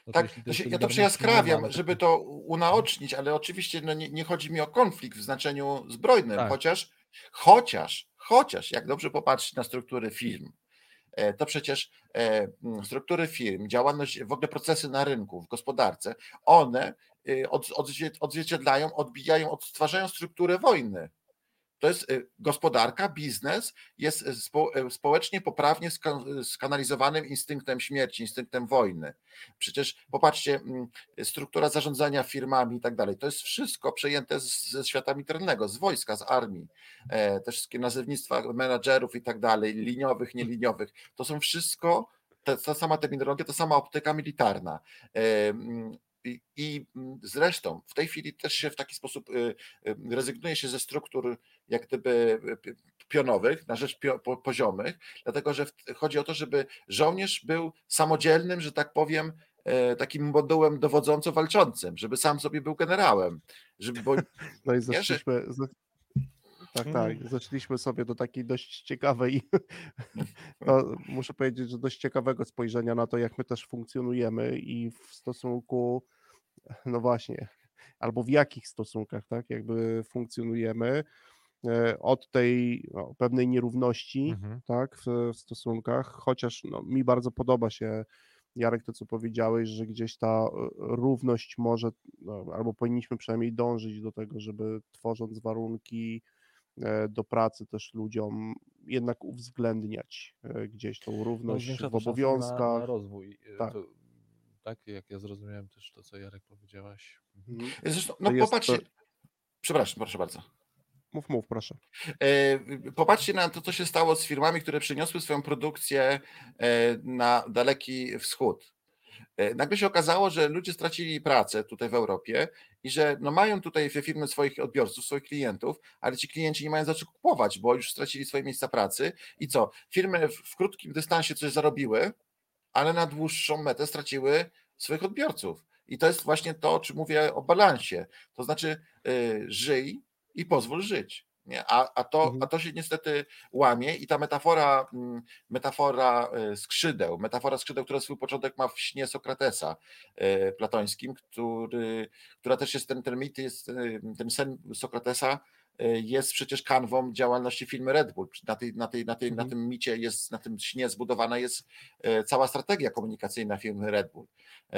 No to Tak, jeśli tej ja to solidarności przyjaskrawiam, nie ma, no to żeby to unaocznić, ale oczywiście no nie chodzi mi o konflikt w znaczeniu zbrojnym, tak. chociaż jak dobrze popatrzeć na struktury firm, to przecież struktury firm, działalność, w ogóle procesy na rynku, w gospodarce, one odzwierciedlają, odbijają, odtwarzają strukturę wojny. To jest gospodarka, biznes jest społecznie poprawnie skanalizowanym instynktem śmierci, instynktem wojny. Przecież popatrzcie, struktura zarządzania firmami i tak dalej, to jest wszystko przejęte ze świata militarnego, z wojska, z armii. Te wszystkie nazewnictwa menadżerów i tak dalej, liniowych, nieliniowych, to są wszystko, ta sama terminologia, ta sama optyka militarna. I zresztą w tej chwili też się w taki sposób rezygnuje się ze struktur jak gdyby pionowych na rzecz poziomych, dlatego że chodzi o to, żeby żołnierz był samodzielnym, że tak powiem, takim modułem dowodząco-walczącym, żeby sam sobie był generałem. No i nie, że zeszliśmy, zeszliśmy sobie do takiej dość ciekawej, to muszę powiedzieć, że dość ciekawego spojrzenia na to, jak my też funkcjonujemy i w stosunku, no właśnie, albo w jakich stosunkach, tak, jakby funkcjonujemy, od tej pewnej nierówności, tak, w stosunkach, chociaż no, mi bardzo podoba się, Jarek, to co powiedziałeś, że gdzieś ta równość może, no, albo powinniśmy przynajmniej dążyć do tego, żeby tworząc warunki do pracy też ludziom jednak uwzględniać gdzieś tą No równość zwiększa w to szanse na obowiązkach. rozwój. Tak. To, tak, jak ja zrozumiałem też to, co Jarek powiedziałaś. zresztą, To no jest, popatrzcie, przepraszam, proszę bardzo. mów, proszę. Popatrzcie na to, co się stało z firmami, które przeniosły swoją produkcję na Daleki Wschód. Nagle się okazało, że ludzie stracili pracę tutaj w Europie i że no mają tutaj firmy swoich odbiorców, swoich klientów, ale ci klienci nie mają za co kupować, bo już stracili swoje miejsca pracy i co? Firmy w krótkim dystansie coś zarobiły, ale na dłuższą metę straciły swoich odbiorców. I to jest właśnie to, o czym mówię o balansie. To znaczy żyj i pozwól żyć. Nie? A to się niestety łamie i ta metafora skrzydeł, która swój początek ma w śnie Sokratesa platońskim, która też jest ten mit, ten sen Sokratesa jest przecież kanwą działalności firmy Red Bull. Na tym micie jest, na tym śnie zbudowana jest cała strategia komunikacyjna firmy Red Bull.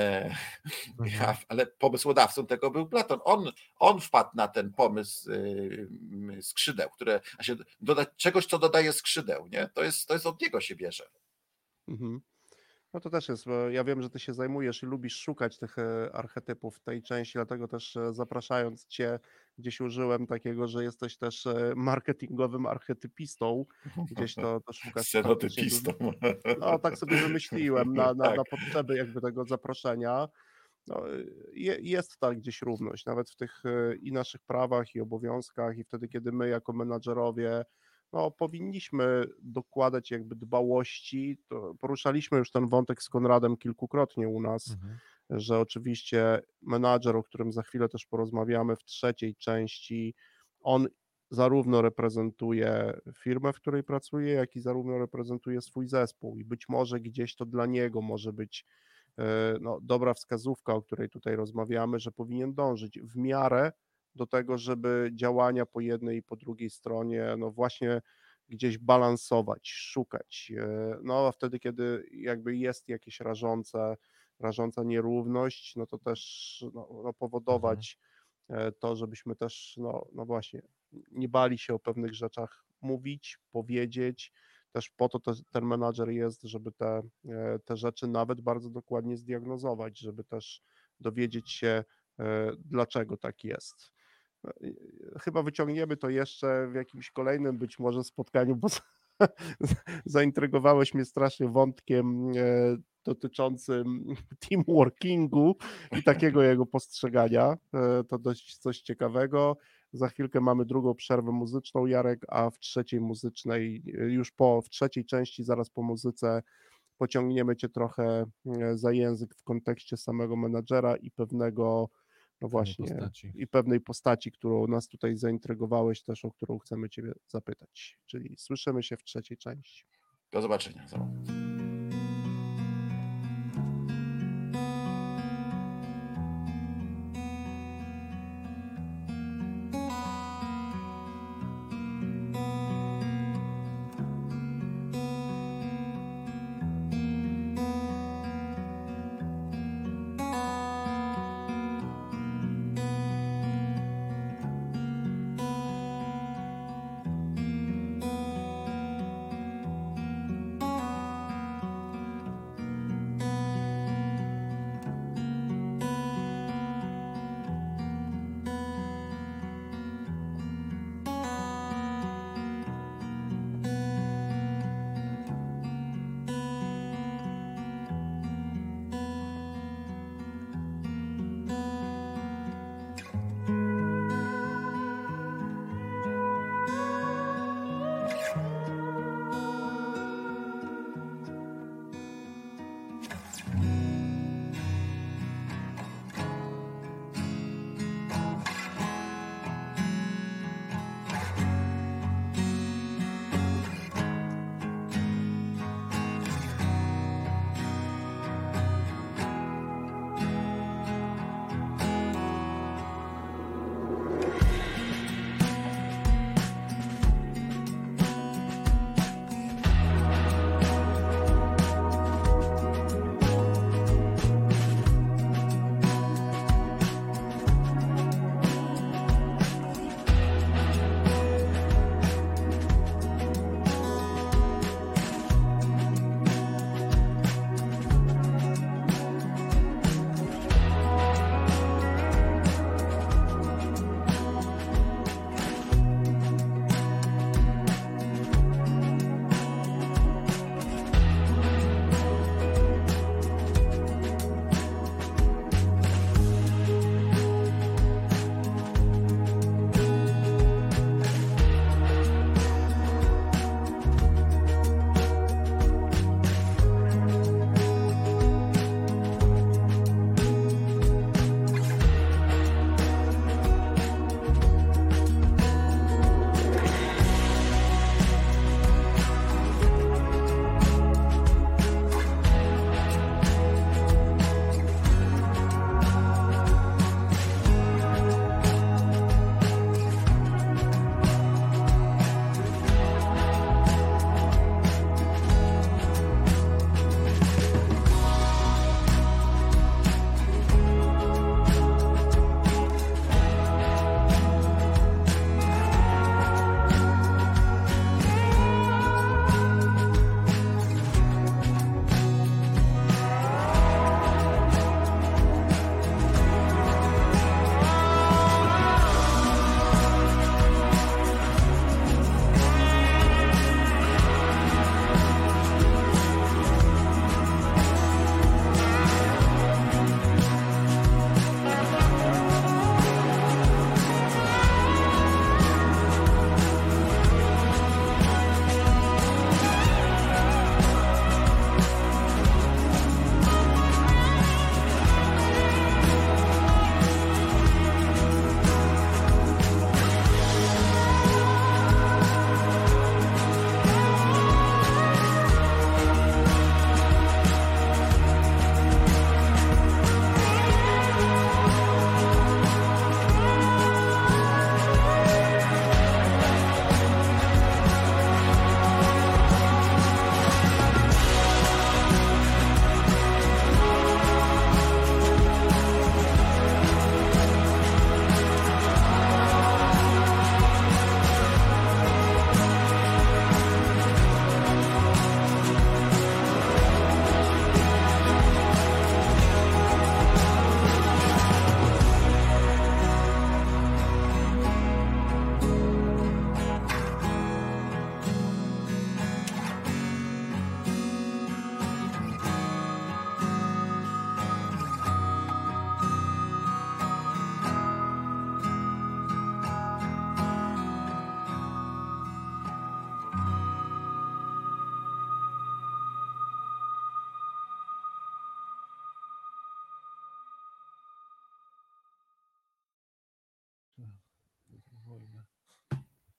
Ale pomysłodawcą tego był Platon. On wpadł na ten pomysł skrzydeł, czegoś, co dodaje skrzydeł. Nie? To jest od niego się bierze. No to też jest, bo ja wiem, że ty się zajmujesz i lubisz szukać tych archetypów w tej części, dlatego też zapraszając cię, gdzieś użyłem takiego, że jesteś też marketingowym archetypistą, gdzieś to szukasz faktycznie Scenotypistą. No tak sobie wymyśliłem na Tak. potrzeby jakby tego zaproszenia. No, jest ta gdzieś równość, nawet w tych i naszych prawach i obowiązkach i wtedy, kiedy my jako menadżerowie no, powinniśmy dokładać jakby dbałości, to poruszaliśmy już ten wątek z Konradem kilkukrotnie u nas, że oczywiście menadżer, o którym za chwilę też porozmawiamy w trzeciej części, on zarówno reprezentuje firmę, w której pracuje, jak i zarówno reprezentuje swój zespół i być może gdzieś to dla niego może być no, dobra wskazówka, o której tutaj rozmawiamy, że powinien dążyć w miarę do tego, żeby działania po jednej i po drugiej stronie, no właśnie gdzieś balansować, szukać. No a wtedy, kiedy jakby jest jakieś rażąca nierówność, no to też no, powodować to, żebyśmy też, no właśnie, nie bali się o pewnych rzeczach mówić, powiedzieć. Też po to ten menadżer jest, żeby te rzeczy nawet bardzo dokładnie zdiagnozować, żeby też dowiedzieć się, dlaczego tak jest. Chyba wyciągniemy to jeszcze w jakimś kolejnym być może spotkaniu, bo zaintrygowałeś mnie strasznie wątkiem dotyczącym teamworkingu i takiego jego postrzegania. To dość coś ciekawego. Za chwilkę mamy drugą przerwę muzyczną, Jarek, a w trzeciej muzycznej, w trzeciej części, zaraz po muzyce, pociągniemy cię trochę za język w kontekście samego menadżera i pewnego, no właśnie, i pewnej postaci, którą nas tutaj zaintrygowałeś też, o którą chcemy ciebie zapytać. Czyli słyszymy się w trzeciej części. Do zobaczenia.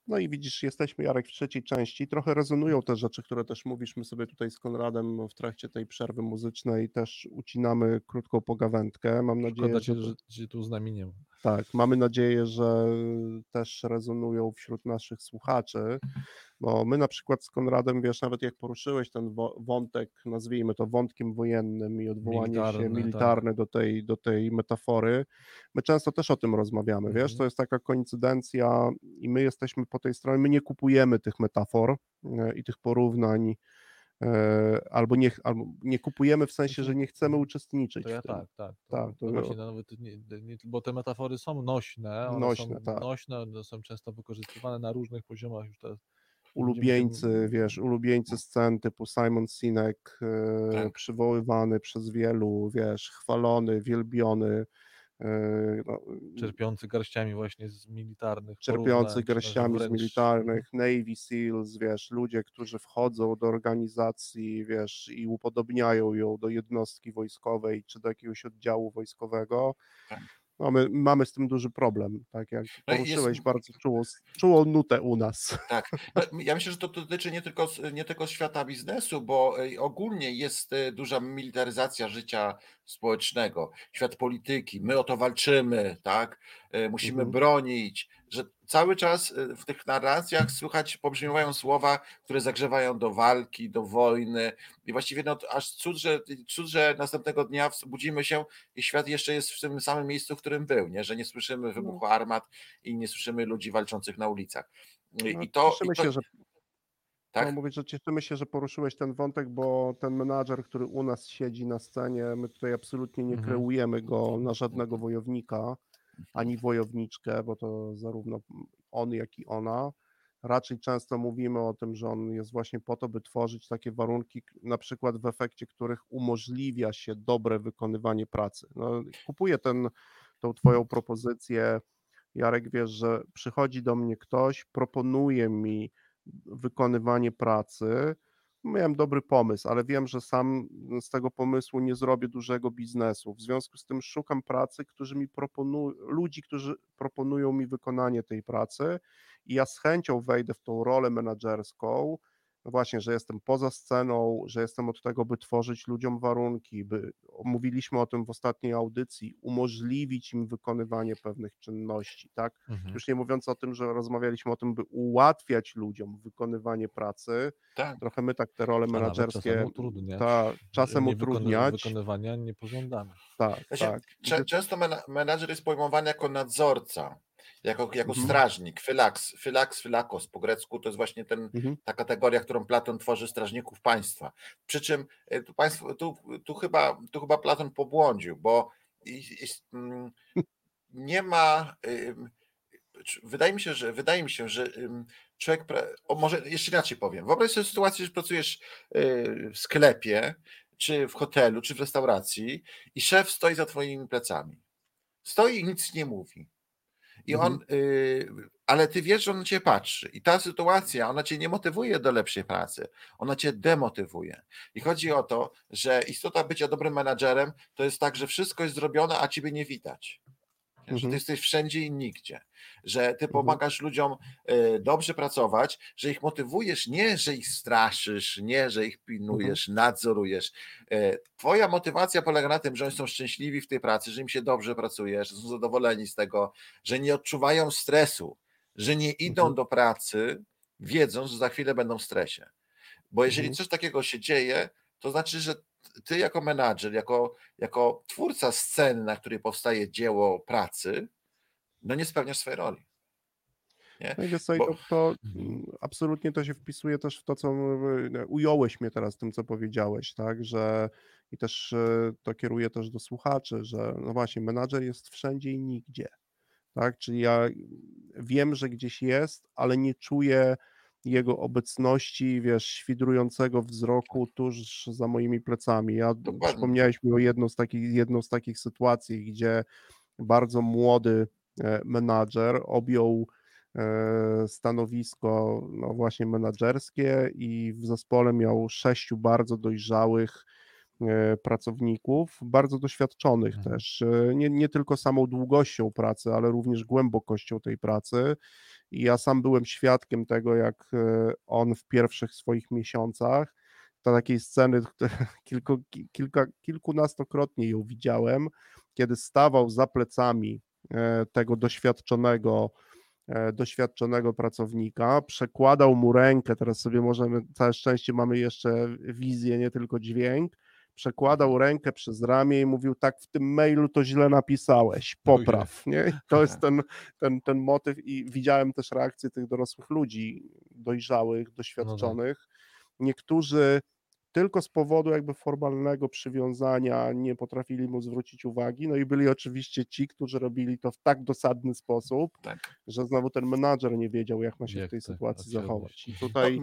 No i widzisz, jesteśmy, Jarek, w trzeciej części. Trochę rezonują te rzeczy, które też mówisz. My sobie tutaj z Konradem w trakcie tej przerwy muzycznej też ucinamy krótką pogawędkę. Mam nadzieję, Szkoda że cię, że cię tu z nami nie ma. tak, mamy nadzieję, że też rezonują wśród naszych słuchaczy, bo my na przykład z Konradem, wiesz, nawet jak poruszyłeś ten wątek, nazwijmy to wątkiem wojennym i odwołanie się militarne do tej metafory, my często też o tym rozmawiamy, wiesz, to jest taka koincydencja i my jesteśmy po tej stronie, my nie kupujemy tych metafor i tych porównań, albo nie kupujemy w sensie, że nie chcemy uczestniczyć To ja w tym. tak. Tak, To właśnie nawet bo te metafory są nośne, one Nośne, są tak. nośne, one są często wykorzystywane na różnych poziomach już teraz. Ulubieńcy scen typu Simon Sinek, Tak. przywoływany przez wielu, wiesz, chwalony, wielbiony, no, Czerpiący garściami właśnie z militarnych czerpiący porównań, czy garściami z wręcz militarnych, Navy Seals, wiesz, ludzie, którzy wchodzą do organizacji, wiesz, i upodobniają ją do jednostki wojskowej, czy do jakiegoś oddziału wojskowego. Tak. No, my mamy z tym duży problem, tak jak No i poruszyłeś bardzo czułą nutę u nas. Tak. No, ja myślę, że to dotyczy nie tylko świata biznesu, bo ogólnie jest duża militaryzacja życia społecznego, świat polityki, my o to walczymy, tak? Musimy bronić, że cały czas w tych narracjach słychać, pobrzmiewają słowa, które zagrzewają do walki, do wojny i właściwie no, aż cud, że następnego dnia budzimy się i świat jeszcze jest w tym samym miejscu, w którym był, nie? Że nie słyszymy wybuchu armat i nie słyszymy ludzi walczących na ulicach. Cieszymy się, że tak? mówię, że cieszymy się, że poruszyłeś ten wątek, bo ten menadżer, który u nas siedzi na scenie, my tutaj absolutnie nie kreujemy go na żadnego wojownika, ani wojowniczkę, bo to zarówno on, jak i ona. Raczej często mówimy o tym, że on jest właśnie po to, by tworzyć takie warunki, na przykład w efekcie których umożliwia się dobre wykonywanie pracy. No, kupuję tą twoją propozycję. Jarek, wiesz, że przychodzi do mnie ktoś, proponuje mi wykonywanie pracy. Miałem dobry pomysł, ale wiem, że sam z tego pomysłu nie zrobię dużego biznesu. W związku z tym szukam pracy, ludzi, którzy proponują mi wykonanie tej pracy i ja z chęcią wejdę w tą rolę menedżerską, no właśnie, że jestem poza sceną, że jestem od tego, by tworzyć ludziom warunki, mówiliśmy o tym w ostatniej audycji, umożliwić im wykonywanie pewnych czynności, tak? Już nie mówiąc o tym, że rozmawialiśmy o tym, by ułatwiać ludziom wykonywanie pracy. Tak. Trochę my tak te role menedżerskie czasem utrudniać. Wykonywania nie pożądamy. Tak, tak. Często menadżer jest pojmowany jako nadzorca, jako strażnik, phylakos po grecku to jest właśnie ta kategoria, którą Platon tworzy strażników państwa. Przy czym tu chyba Platon pobłądził, bo nie ma. Wydaje mi się, że człowiek, może jeszcze inaczej powiem, wyobraź sobie sytuację, że pracujesz w sklepie, czy w hotelu, czy w restauracji i szef stoi za twoimi plecami. Stoi i nic nie mówi. I on, ale ty wiesz, że on na ciebie patrzy i ta sytuacja, ona cię nie motywuje do lepszej pracy, ona cię demotywuje. I chodzi o to, że istota bycia dobrym menadżerem to jest tak, że wszystko jest zrobione, a ciebie nie widać. Że ty jesteś wszędzie i nigdzie, że ty pomagasz ludziom dobrze pracować, że ich motywujesz, nie, że ich straszysz, nie, że ich pilnujesz, nadzorujesz. Twoja motywacja polega na tym, że oni są szczęśliwi w tej pracy, że im się dobrze pracuje, że są zadowoleni z tego, że nie odczuwają stresu, że nie idą do pracy, wiedząc, że za chwilę będą w stresie. Bo jeżeli coś takiego się dzieje, to znaczy, że ty jako menadżer, jako twórca sceny, na której powstaje dzieło pracy, no nie spełniasz swojej roli. Nie? No i wiesz co, to absolutnie to się wpisuje też w to, co ująłeś mnie teraz tym, co powiedziałeś, tak, że i też to kieruję też do słuchaczy, że no właśnie, menadżer jest wszędzie i nigdzie, tak, czyli ja wiem, że gdzieś jest, ale nie czuję jego obecności, wiesz, świdrującego wzroku tuż za moimi plecami. Przypomniałeś mi o jedną z takich sytuacji, gdzie bardzo młody menadżer objął stanowisko no właśnie menadżerskie i w zespole miał 6 bardzo dojrzałych pracowników, bardzo doświadczonych też, nie tylko samą długością pracy, ale również głębokością tej pracy I ja sam byłem świadkiem tego, jak on w pierwszych swoich miesiącach, to takiej sceny, kilkunastokrotnie ją widziałem, kiedy stawał za plecami tego doświadczonego pracownika, przekładał mu rękę, teraz sobie możemy, całe szczęście mamy jeszcze wizję, nie tylko dźwięk, przekładał rękę przez ramię i mówił: tak, w tym mailu to źle napisałeś, popraw, nie? I to jest ten motyw i widziałem też reakcję tych dorosłych ludzi, dojrzałych, doświadczonych. Niektórzy tylko z powodu jakby formalnego przywiązania nie potrafili mu zwrócić uwagi, no i byli oczywiście ci, którzy robili to w tak dosadny sposób, że znowu ten menadżer nie wiedział, jak ma się w tej sytuacji zachować. I tutaj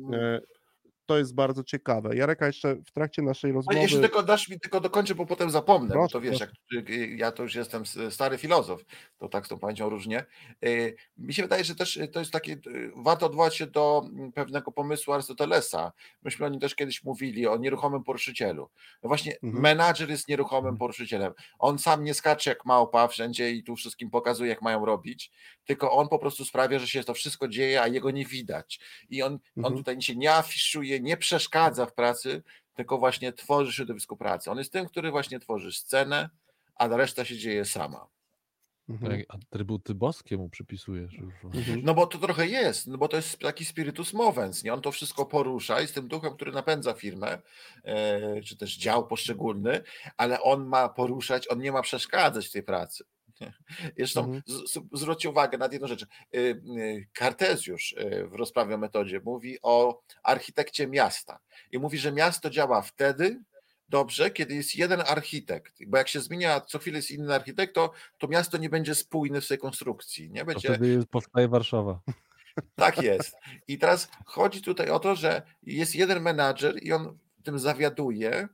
to jest bardzo ciekawe. Jarek, a jeszcze w trakcie naszej rozmowy... Jeśli tylko dasz mi, tylko dokończę, bo potem zapomnę, Proszę, bo to wiesz, jak ja to już jestem stary filozof, to tak z tą pamięcią różnie. Mi się wydaje, że też to jest takie, warto odwołać się do pewnego pomysłu Arystotelesa. Myśmy o nim też kiedyś mówili, o nieruchomym poruszycielu. No właśnie menadżer jest nieruchomym poruszycielem. On sam nie skacze jak małpa wszędzie i tu wszystkim pokazuje, jak mają robić, tylko on po prostu sprawia, że się to wszystko dzieje, a jego nie widać. I on tutaj się nie afiszuje, nie przeszkadza w pracy, tylko właśnie tworzy środowisko pracy. On jest tym, który właśnie tworzy scenę, a reszta się dzieje sama. Atrybuty boskie mu przypisujesz już. No bo to trochę jest, no bo to jest taki spiritus movens, nie? On to wszystko porusza, jest tym duchem, który napędza firmę, czy też dział poszczególny, ale on ma poruszać, on nie ma przeszkadzać w tej pracy. Zresztą zwróćcie uwagę na jedną rzecz. Kartezjusz w Rozprawie o metodzie mówi o architekcie miasta i mówi, że miasto działa wtedy dobrze, kiedy jest jeden architekt, bo jak się zmienia, co chwilę jest inny architekt, to miasto nie będzie spójne w swojej konstrukcji. Nie będzie... To wtedy powstaje Warszawa. Tak jest. I teraz chodzi tutaj o to, że jest jeden menadżer i on tym zawiaduje,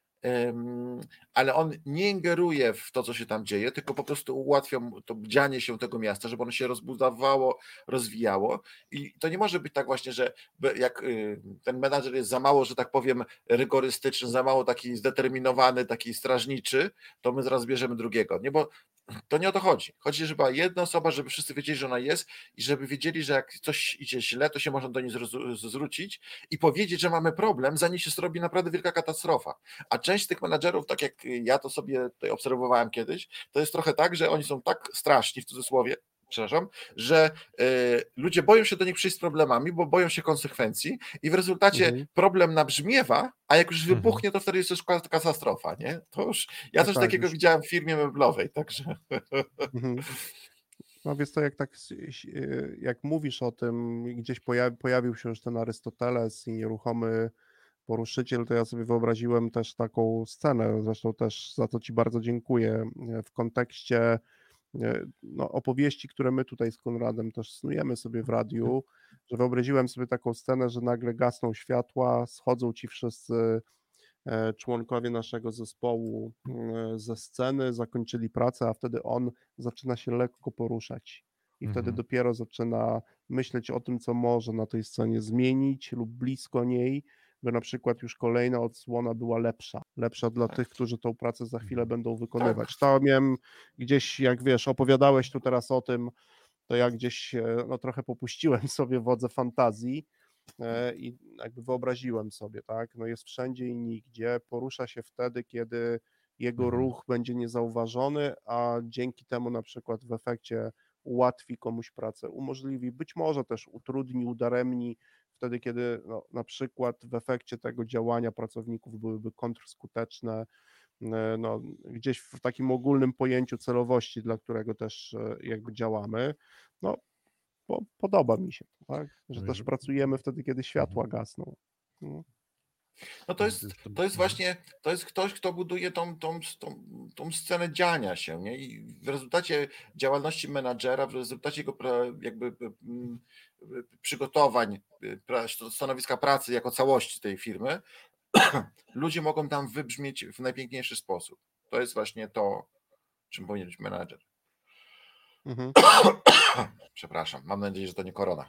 ale on nie ingeruje w to, co się tam dzieje, tylko po prostu ułatwia to dzianie się tego miasta, żeby ono się rozbudowało, rozwijało. I to nie może być tak właśnie, że jak ten menadżer jest za mało, że tak powiem, rygorystyczny, za mało taki zdeterminowany, taki strażniczy, to my zaraz bierzemy drugiego. Nie, bo to nie o to chodzi. Chodzi, żeby była jedna osoba, żeby wszyscy wiedzieli, że ona jest i żeby wiedzieli, że jak coś idzie źle, to się można do niej zwrócić i powiedzieć, że mamy problem, zanim się zrobi naprawdę wielka katastrofa. A część z tych menadżerów, tak jak ja to sobie tutaj obserwowałem kiedyś, to jest trochę tak, że oni są tak straszni, w cudzysłowie, przepraszam, że ludzie boją się do nich przyjść z problemami, bo boją się konsekwencji i w rezultacie problem nabrzmiewa, a jak już wybuchnie, to wtedy jest już katastrofa, nie? To już, ja coś takiego widziałem w firmie meblowej, także... No więc to jak mówisz o tym, gdzieś pojawił się już ten Arystoteles i nieruchomy poruszyciel, to ja sobie wyobraziłem też taką scenę, zresztą też za to Ci bardzo dziękuję, w kontekście opowieści, które my tutaj z Konradem też snujemy sobie w radiu, że wyobraziłem sobie taką scenę, że nagle gasną światła, schodzą ci wszyscy członkowie naszego zespołu ze sceny, zakończyli pracę, a wtedy on zaczyna się lekko poruszać i wtedy dopiero zaczyna myśleć o tym, co może na tej scenie zmienić lub blisko niej, by na przykład już kolejna odsłona była lepsza dla tych, którzy tą pracę za chwilę będą wykonywać. To miałem gdzieś, jak wiesz, opowiadałeś tu teraz o tym, to ja gdzieś trochę popuściłem sobie wodze fantazji i jakby wyobraziłem sobie, tak, no jest wszędzie i nigdzie, porusza się wtedy, kiedy jego ruch będzie niezauważony, a dzięki temu na przykład w efekcie ułatwi komuś pracę, umożliwi, być może też utrudni, udaremni, wtedy kiedy na przykład w efekcie tego działania pracowników byłyby kontrskuteczne, gdzieś w takim ogólnym pojęciu celowości, dla którego też jakby działamy, podoba mi się to, tak? Że też pracujemy wtedy, kiedy światła gasną. No to jest właśnie, to jest ktoś, kto buduje tą scenę dziania się, nie? I w rezultacie działalności menadżera, w rezultacie jego jakby przygotowań, stanowiska pracy jako całości tej firmy, ludzie mogą tam wybrzmieć w najpiękniejszy sposób. To jest właśnie to, czym powinien być menadżer. Przepraszam, mam nadzieję, że to nie korona.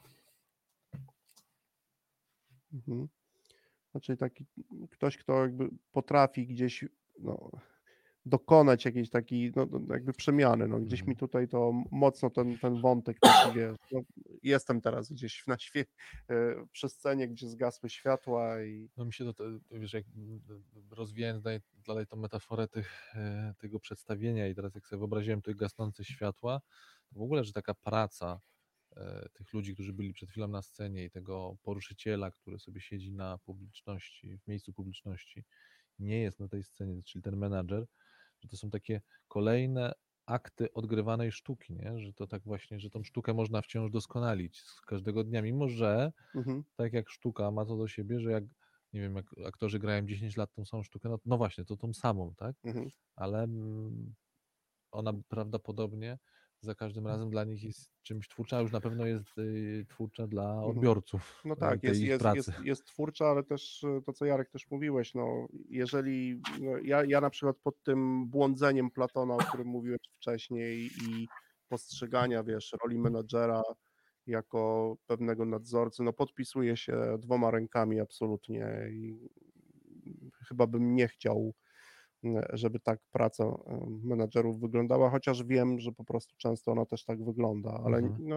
Znaczy taki ktoś, kto jakby potrafi gdzieś dokonać jakiejś takiej jakby przemiany. No, gdzieś mi tutaj to mocno ten wątek taki, wiesz, jestem teraz gdzieś przy scenie, gdzie zgasły światła i No mi się wiesz, jak rozwijając dalej tą metaforę tego przedstawienia i teraz jak sobie wyobraziłem te gasnące światła, to w ogóle, że taka praca tych ludzi, którzy byli przed chwilą na scenie i tego poruszyciela, który sobie siedzi na publiczności, w miejscu publiczności, nie jest na tej scenie, czyli ten menadżer, że to są takie kolejne akty odgrywanej sztuki, nie? Że to tak właśnie, że tą sztukę można wciąż doskonalić z każdego dnia, mimo że tak jak sztuka ma to do siebie, że jak, nie wiem, jak aktorzy grają 10 lat tą samą sztukę, no właśnie, to tą samą, tak? Ale ona prawdopodobnie za każdym razem dla nich jest czymś twórcza, a już na pewno jest twórcza dla odbiorców No tak, tej ich pracy. jest twórcza, ale też to, co Jarek też mówiłeś, no jeżeli ja na przykład pod tym błądzeniem Platona, o którym mówiłeś wcześniej i postrzegania, wiesz, roli menadżera jako pewnego nadzorcy, no podpisuję się 2 rękami absolutnie i chyba bym nie chciał, żeby tak praca menadżerów wyglądała, chociaż wiem, że po prostu często ona też tak wygląda, ale no,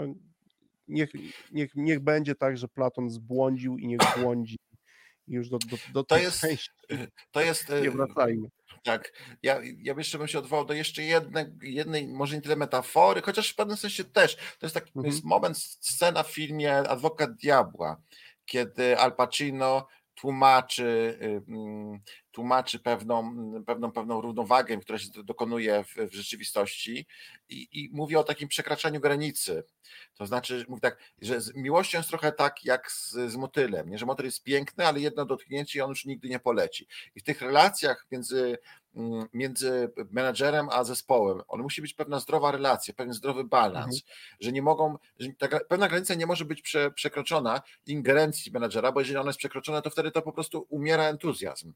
niech będzie tak, że Platon zbłądził i niech błądzi i już do tej części To jest nie wracajmy. tak. Ja jeszcze bym się odwołał do jeszcze jednej, może nie tyle metafory, chociaż w pewnym sensie też. To jest taki jest moment, scena w filmie Adwokat Diabła, kiedy Al Pacino tłumaczy pewną równowagę, która się dokonuje w rzeczywistości i mówi o takim przekraczaniu granicy. To znaczy, mówi tak, że z miłością jest trochę tak jak z motylem, nie? Że motyl jest piękny, ale jedno dotknięcie i on już nigdy nie poleci. I w tych relacjach między menadżerem a zespołem, on musi być pewna zdrowa relacja, pewien zdrowy balans, że nie mogą, że pewna granica nie może być przekroczona ingerencji menadżera, bo jeżeli ona jest przekroczona, to wtedy to po prostu umiera entuzjazm,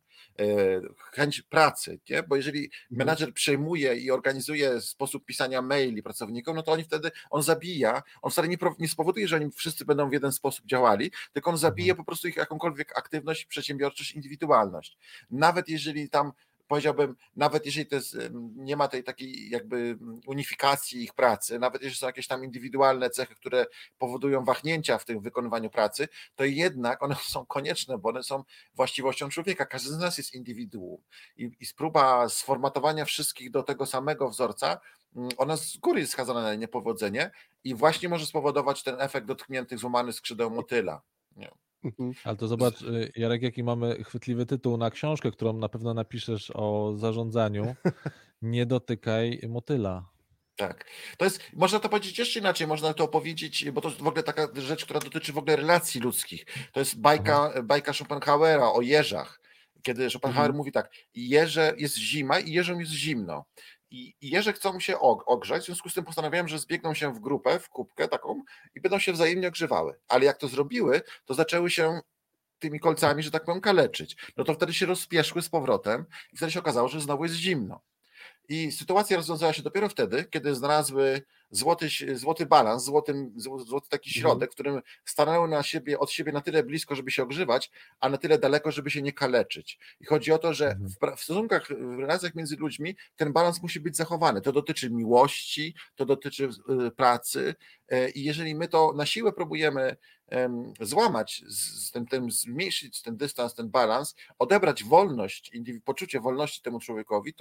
chęć pracy, nie? Bo jeżeli menadżer przejmuje i organizuje sposób pisania maili pracownikom, no to on zabija, on wcale nie spowoduje, że oni wszyscy będą w jeden sposób działali, tylko on zabije po prostu ich jakąkolwiek aktywność, przedsiębiorczość, indywidualność. Nawet jeżeli tam powiedziałbym, nawet jeżeli to jest, nie ma tej takiej jakby unifikacji ich pracy, nawet jeżeli są jakieś tam indywidualne cechy, które powodują wahnięcia w tym wykonywaniu pracy, to jednak one są konieczne, bo one są właściwością człowieka. Każdy z nas jest indywiduum i próba sformatowania wszystkich do tego samego wzorca, ona z góry jest skazana na niepowodzenie i właśnie może spowodować ten efekt dotkniętych, złamanych skrzydeł motyla. Nie. Ale to zobacz, Jarek, jaki mamy chwytliwy tytuł na książkę, którą na pewno napiszesz o zarządzaniu. Nie dotykaj motyla. Tak. To jest, można to powiedzieć jeszcze inaczej, można to opowiedzieć, bo to jest w ogóle taka rzecz, która dotyczy w ogóle relacji ludzkich. To jest bajka Schopenhauera o jeżach, kiedy Schopenhauer mówi tak, jest zima i jeżom jest zimno. I jeże chcą się ogrzać, w związku z tym postanawiają, że zbiegną się w grupę, w kubkę taką i będą się wzajemnie ogrzewały. Ale jak to zrobiły, to zaczęły się tymi kolcami, że tak powiem, kaleczyć. No to wtedy się rozpieszły z powrotem i wtedy się okazało, że znowu jest zimno. I sytuacja rozwiązała się dopiero wtedy, kiedy znalazły złoty balans, złoty taki środek, w którym stanęły od siebie na tyle blisko, żeby się ogrzewać, a na tyle daleko, żeby się nie kaleczyć. I chodzi o to, że w stosunkach, w relacjach między ludźmi ten balans musi być zachowany. To dotyczy miłości, to dotyczy pracy i jeżeli my to na siłę próbujemy złamać, zmniejszyć ten dystans, ten balans, odebrać wolność, poczucie wolności temu człowiekowi,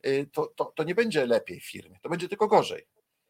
to nie będzie lepiej w firmie, to będzie tylko gorzej.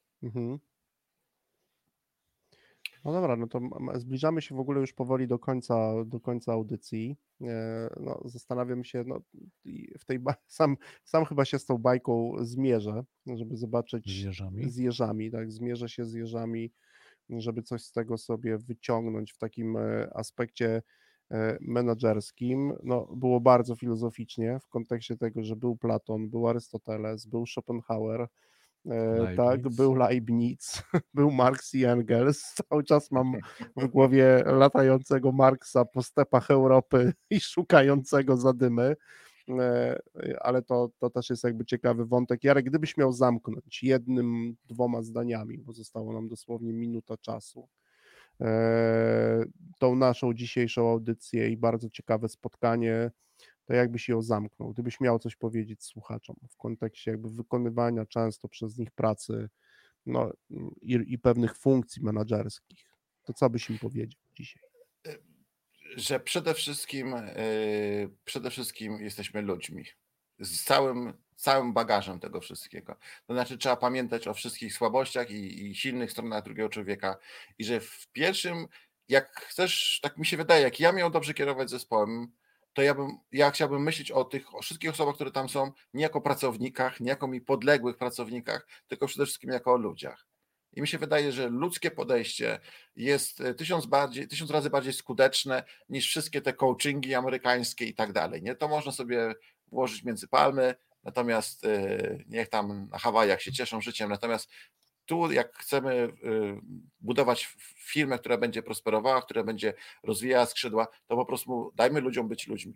No dobra, no to zbliżamy się w ogóle już powoli do końca audycji. No, zastanawiam się, no, w tej sam chyba się z tą bajką zmierzę, żeby zobaczyć z jeżami, tak, zmierzę się z jeżami, żeby coś z tego sobie wyciągnąć w takim aspekcie menedżerskim. No, było bardzo filozoficznie w kontekście tego, że był Platon, był Arystoteles, był Schopenhauer, tak, był Leibniz, był Marx i Engels. Cały czas mam w głowie latającego Marksa po stepach Europy i szukającego zadymy, ale to też jest jakby ciekawy wątek. Jarek, gdybyś miał zamknąć 1, 2 zdaniami, bo zostało nam dosłownie minuta czasu, tą naszą dzisiejszą audycję i bardzo ciekawe spotkanie, to jakbyś ją zamknął? Gdybyś miał coś powiedzieć słuchaczom w kontekście jakby wykonywania często przez nich pracy, no i pewnych funkcji menadżerskich, to co byś im powiedział dzisiaj? Że przede wszystkim jesteśmy ludźmi z całym bagażem tego wszystkiego. To znaczy trzeba pamiętać o wszystkich słabościach i silnych stronach drugiego człowieka i że w pierwszym, jak chcesz, tak mi się wydaje, jak ja miał dobrze kierować zespołem, to ja chciałbym myśleć o tych wszystkich osobach, które tam są, nie jako pracownikach, nie jako mi podległych pracownikach, tylko przede wszystkim jako o ludziach. I mi się wydaje, że ludzkie podejście jest 1000 razy bardziej skuteczne niż wszystkie te coachingi amerykańskie i tak dalej. Nie? To można sobie włożyć między palmy, natomiast niech tam na Hawajach się cieszą życiem. Natomiast tu, jak chcemy budować firmę, która będzie prosperowała, która będzie rozwijała skrzydła, to po prostu dajmy ludziom być ludźmi.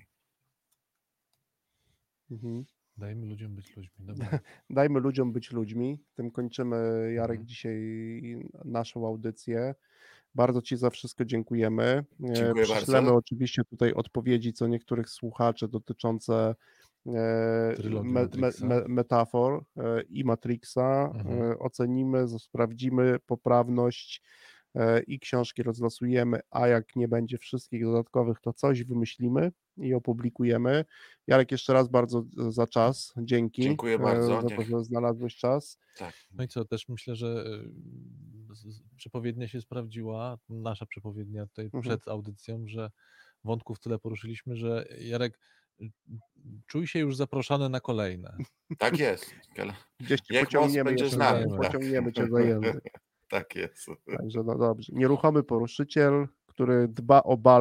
Mhm. Dajmy ludziom być ludźmi. Dobra. Dajmy ludziom być ludźmi. Tym kończymy, Jarek, Mhm. dzisiaj naszą audycję. Bardzo Ci za wszystko dziękujemy. Dziękuję Przyślemy bardzo. oczywiście tutaj odpowiedzi co niektórych słuchaczy dotyczące Trylogii Matrixa. metafor i Matrixa. Mhm. Ocenimy, sprawdzimy poprawność i książki rozlosujemy, a jak nie będzie wszystkich dodatkowych, to coś wymyślimy i opublikujemy. Jarek, jeszcze raz bardzo za czas. Dzięki. Dziękuję bardzo. Za to, że znalazłeś czas. Tak. No i co, też myślę, że przepowiednia się sprawdziła, nasza przepowiednia tutaj przed audycją, że wątków tyle poruszyliśmy, że Jarek, czuj się już zaproszony na kolejne. Tak jest. Gdzieś cię Niech moc pociągniemy będzie jeszcze, z nami. pociągniemy cię za język. Tak jest. Także no dobrze. Nieruchomy poruszyciel, który dba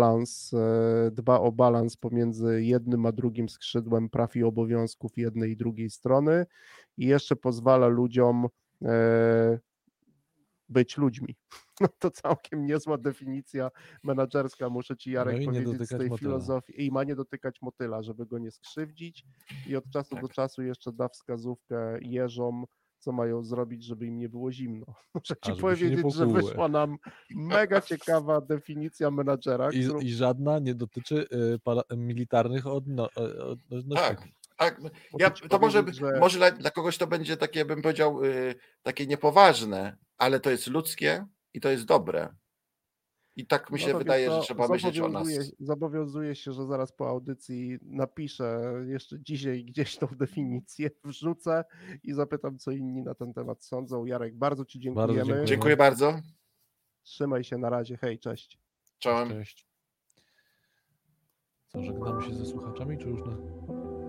o balans pomiędzy jednym a drugim skrzydłem praw i obowiązków jednej i drugiej strony i jeszcze pozwala ludziom być ludźmi. No to całkiem niezła definicja menadżerska, muszę Ci, Jarek, No i nie powiedzieć, z dotykać tej motyla. filozofii. I ma nie dotykać motyla, żeby go nie skrzywdzić i od czasu do czasu jeszcze da wskazówkę jeżom, co mają zrobić, żeby im nie było zimno. Muszę Ci żeby się nie powiedzieć, że pokłuły. wyszła nam mega ciekawa definicja menadżera, którą... I żadna nie dotyczy militarnych odnośników. Tak. Muszę ci powiedzieć, że... Może dla kogoś to będzie takie, bym powiedział, takie niepoważne, ale to jest ludzkie i to jest dobre. I tak mi się wydaje, że trzeba myśleć o nas. Zobowiązuję się, że zaraz po audycji napiszę jeszcze dzisiaj gdzieś tą definicję, wrzucę i zapytam, co inni na ten temat sądzą. Jarek, bardzo Ci dziękujemy. Bardzo dziękujemy. Dziękuję bardzo. Trzymaj się, na razie, hej, cześć. Czołem. Cześć. Co, żegnamy się ze słuchaczami, czy już na...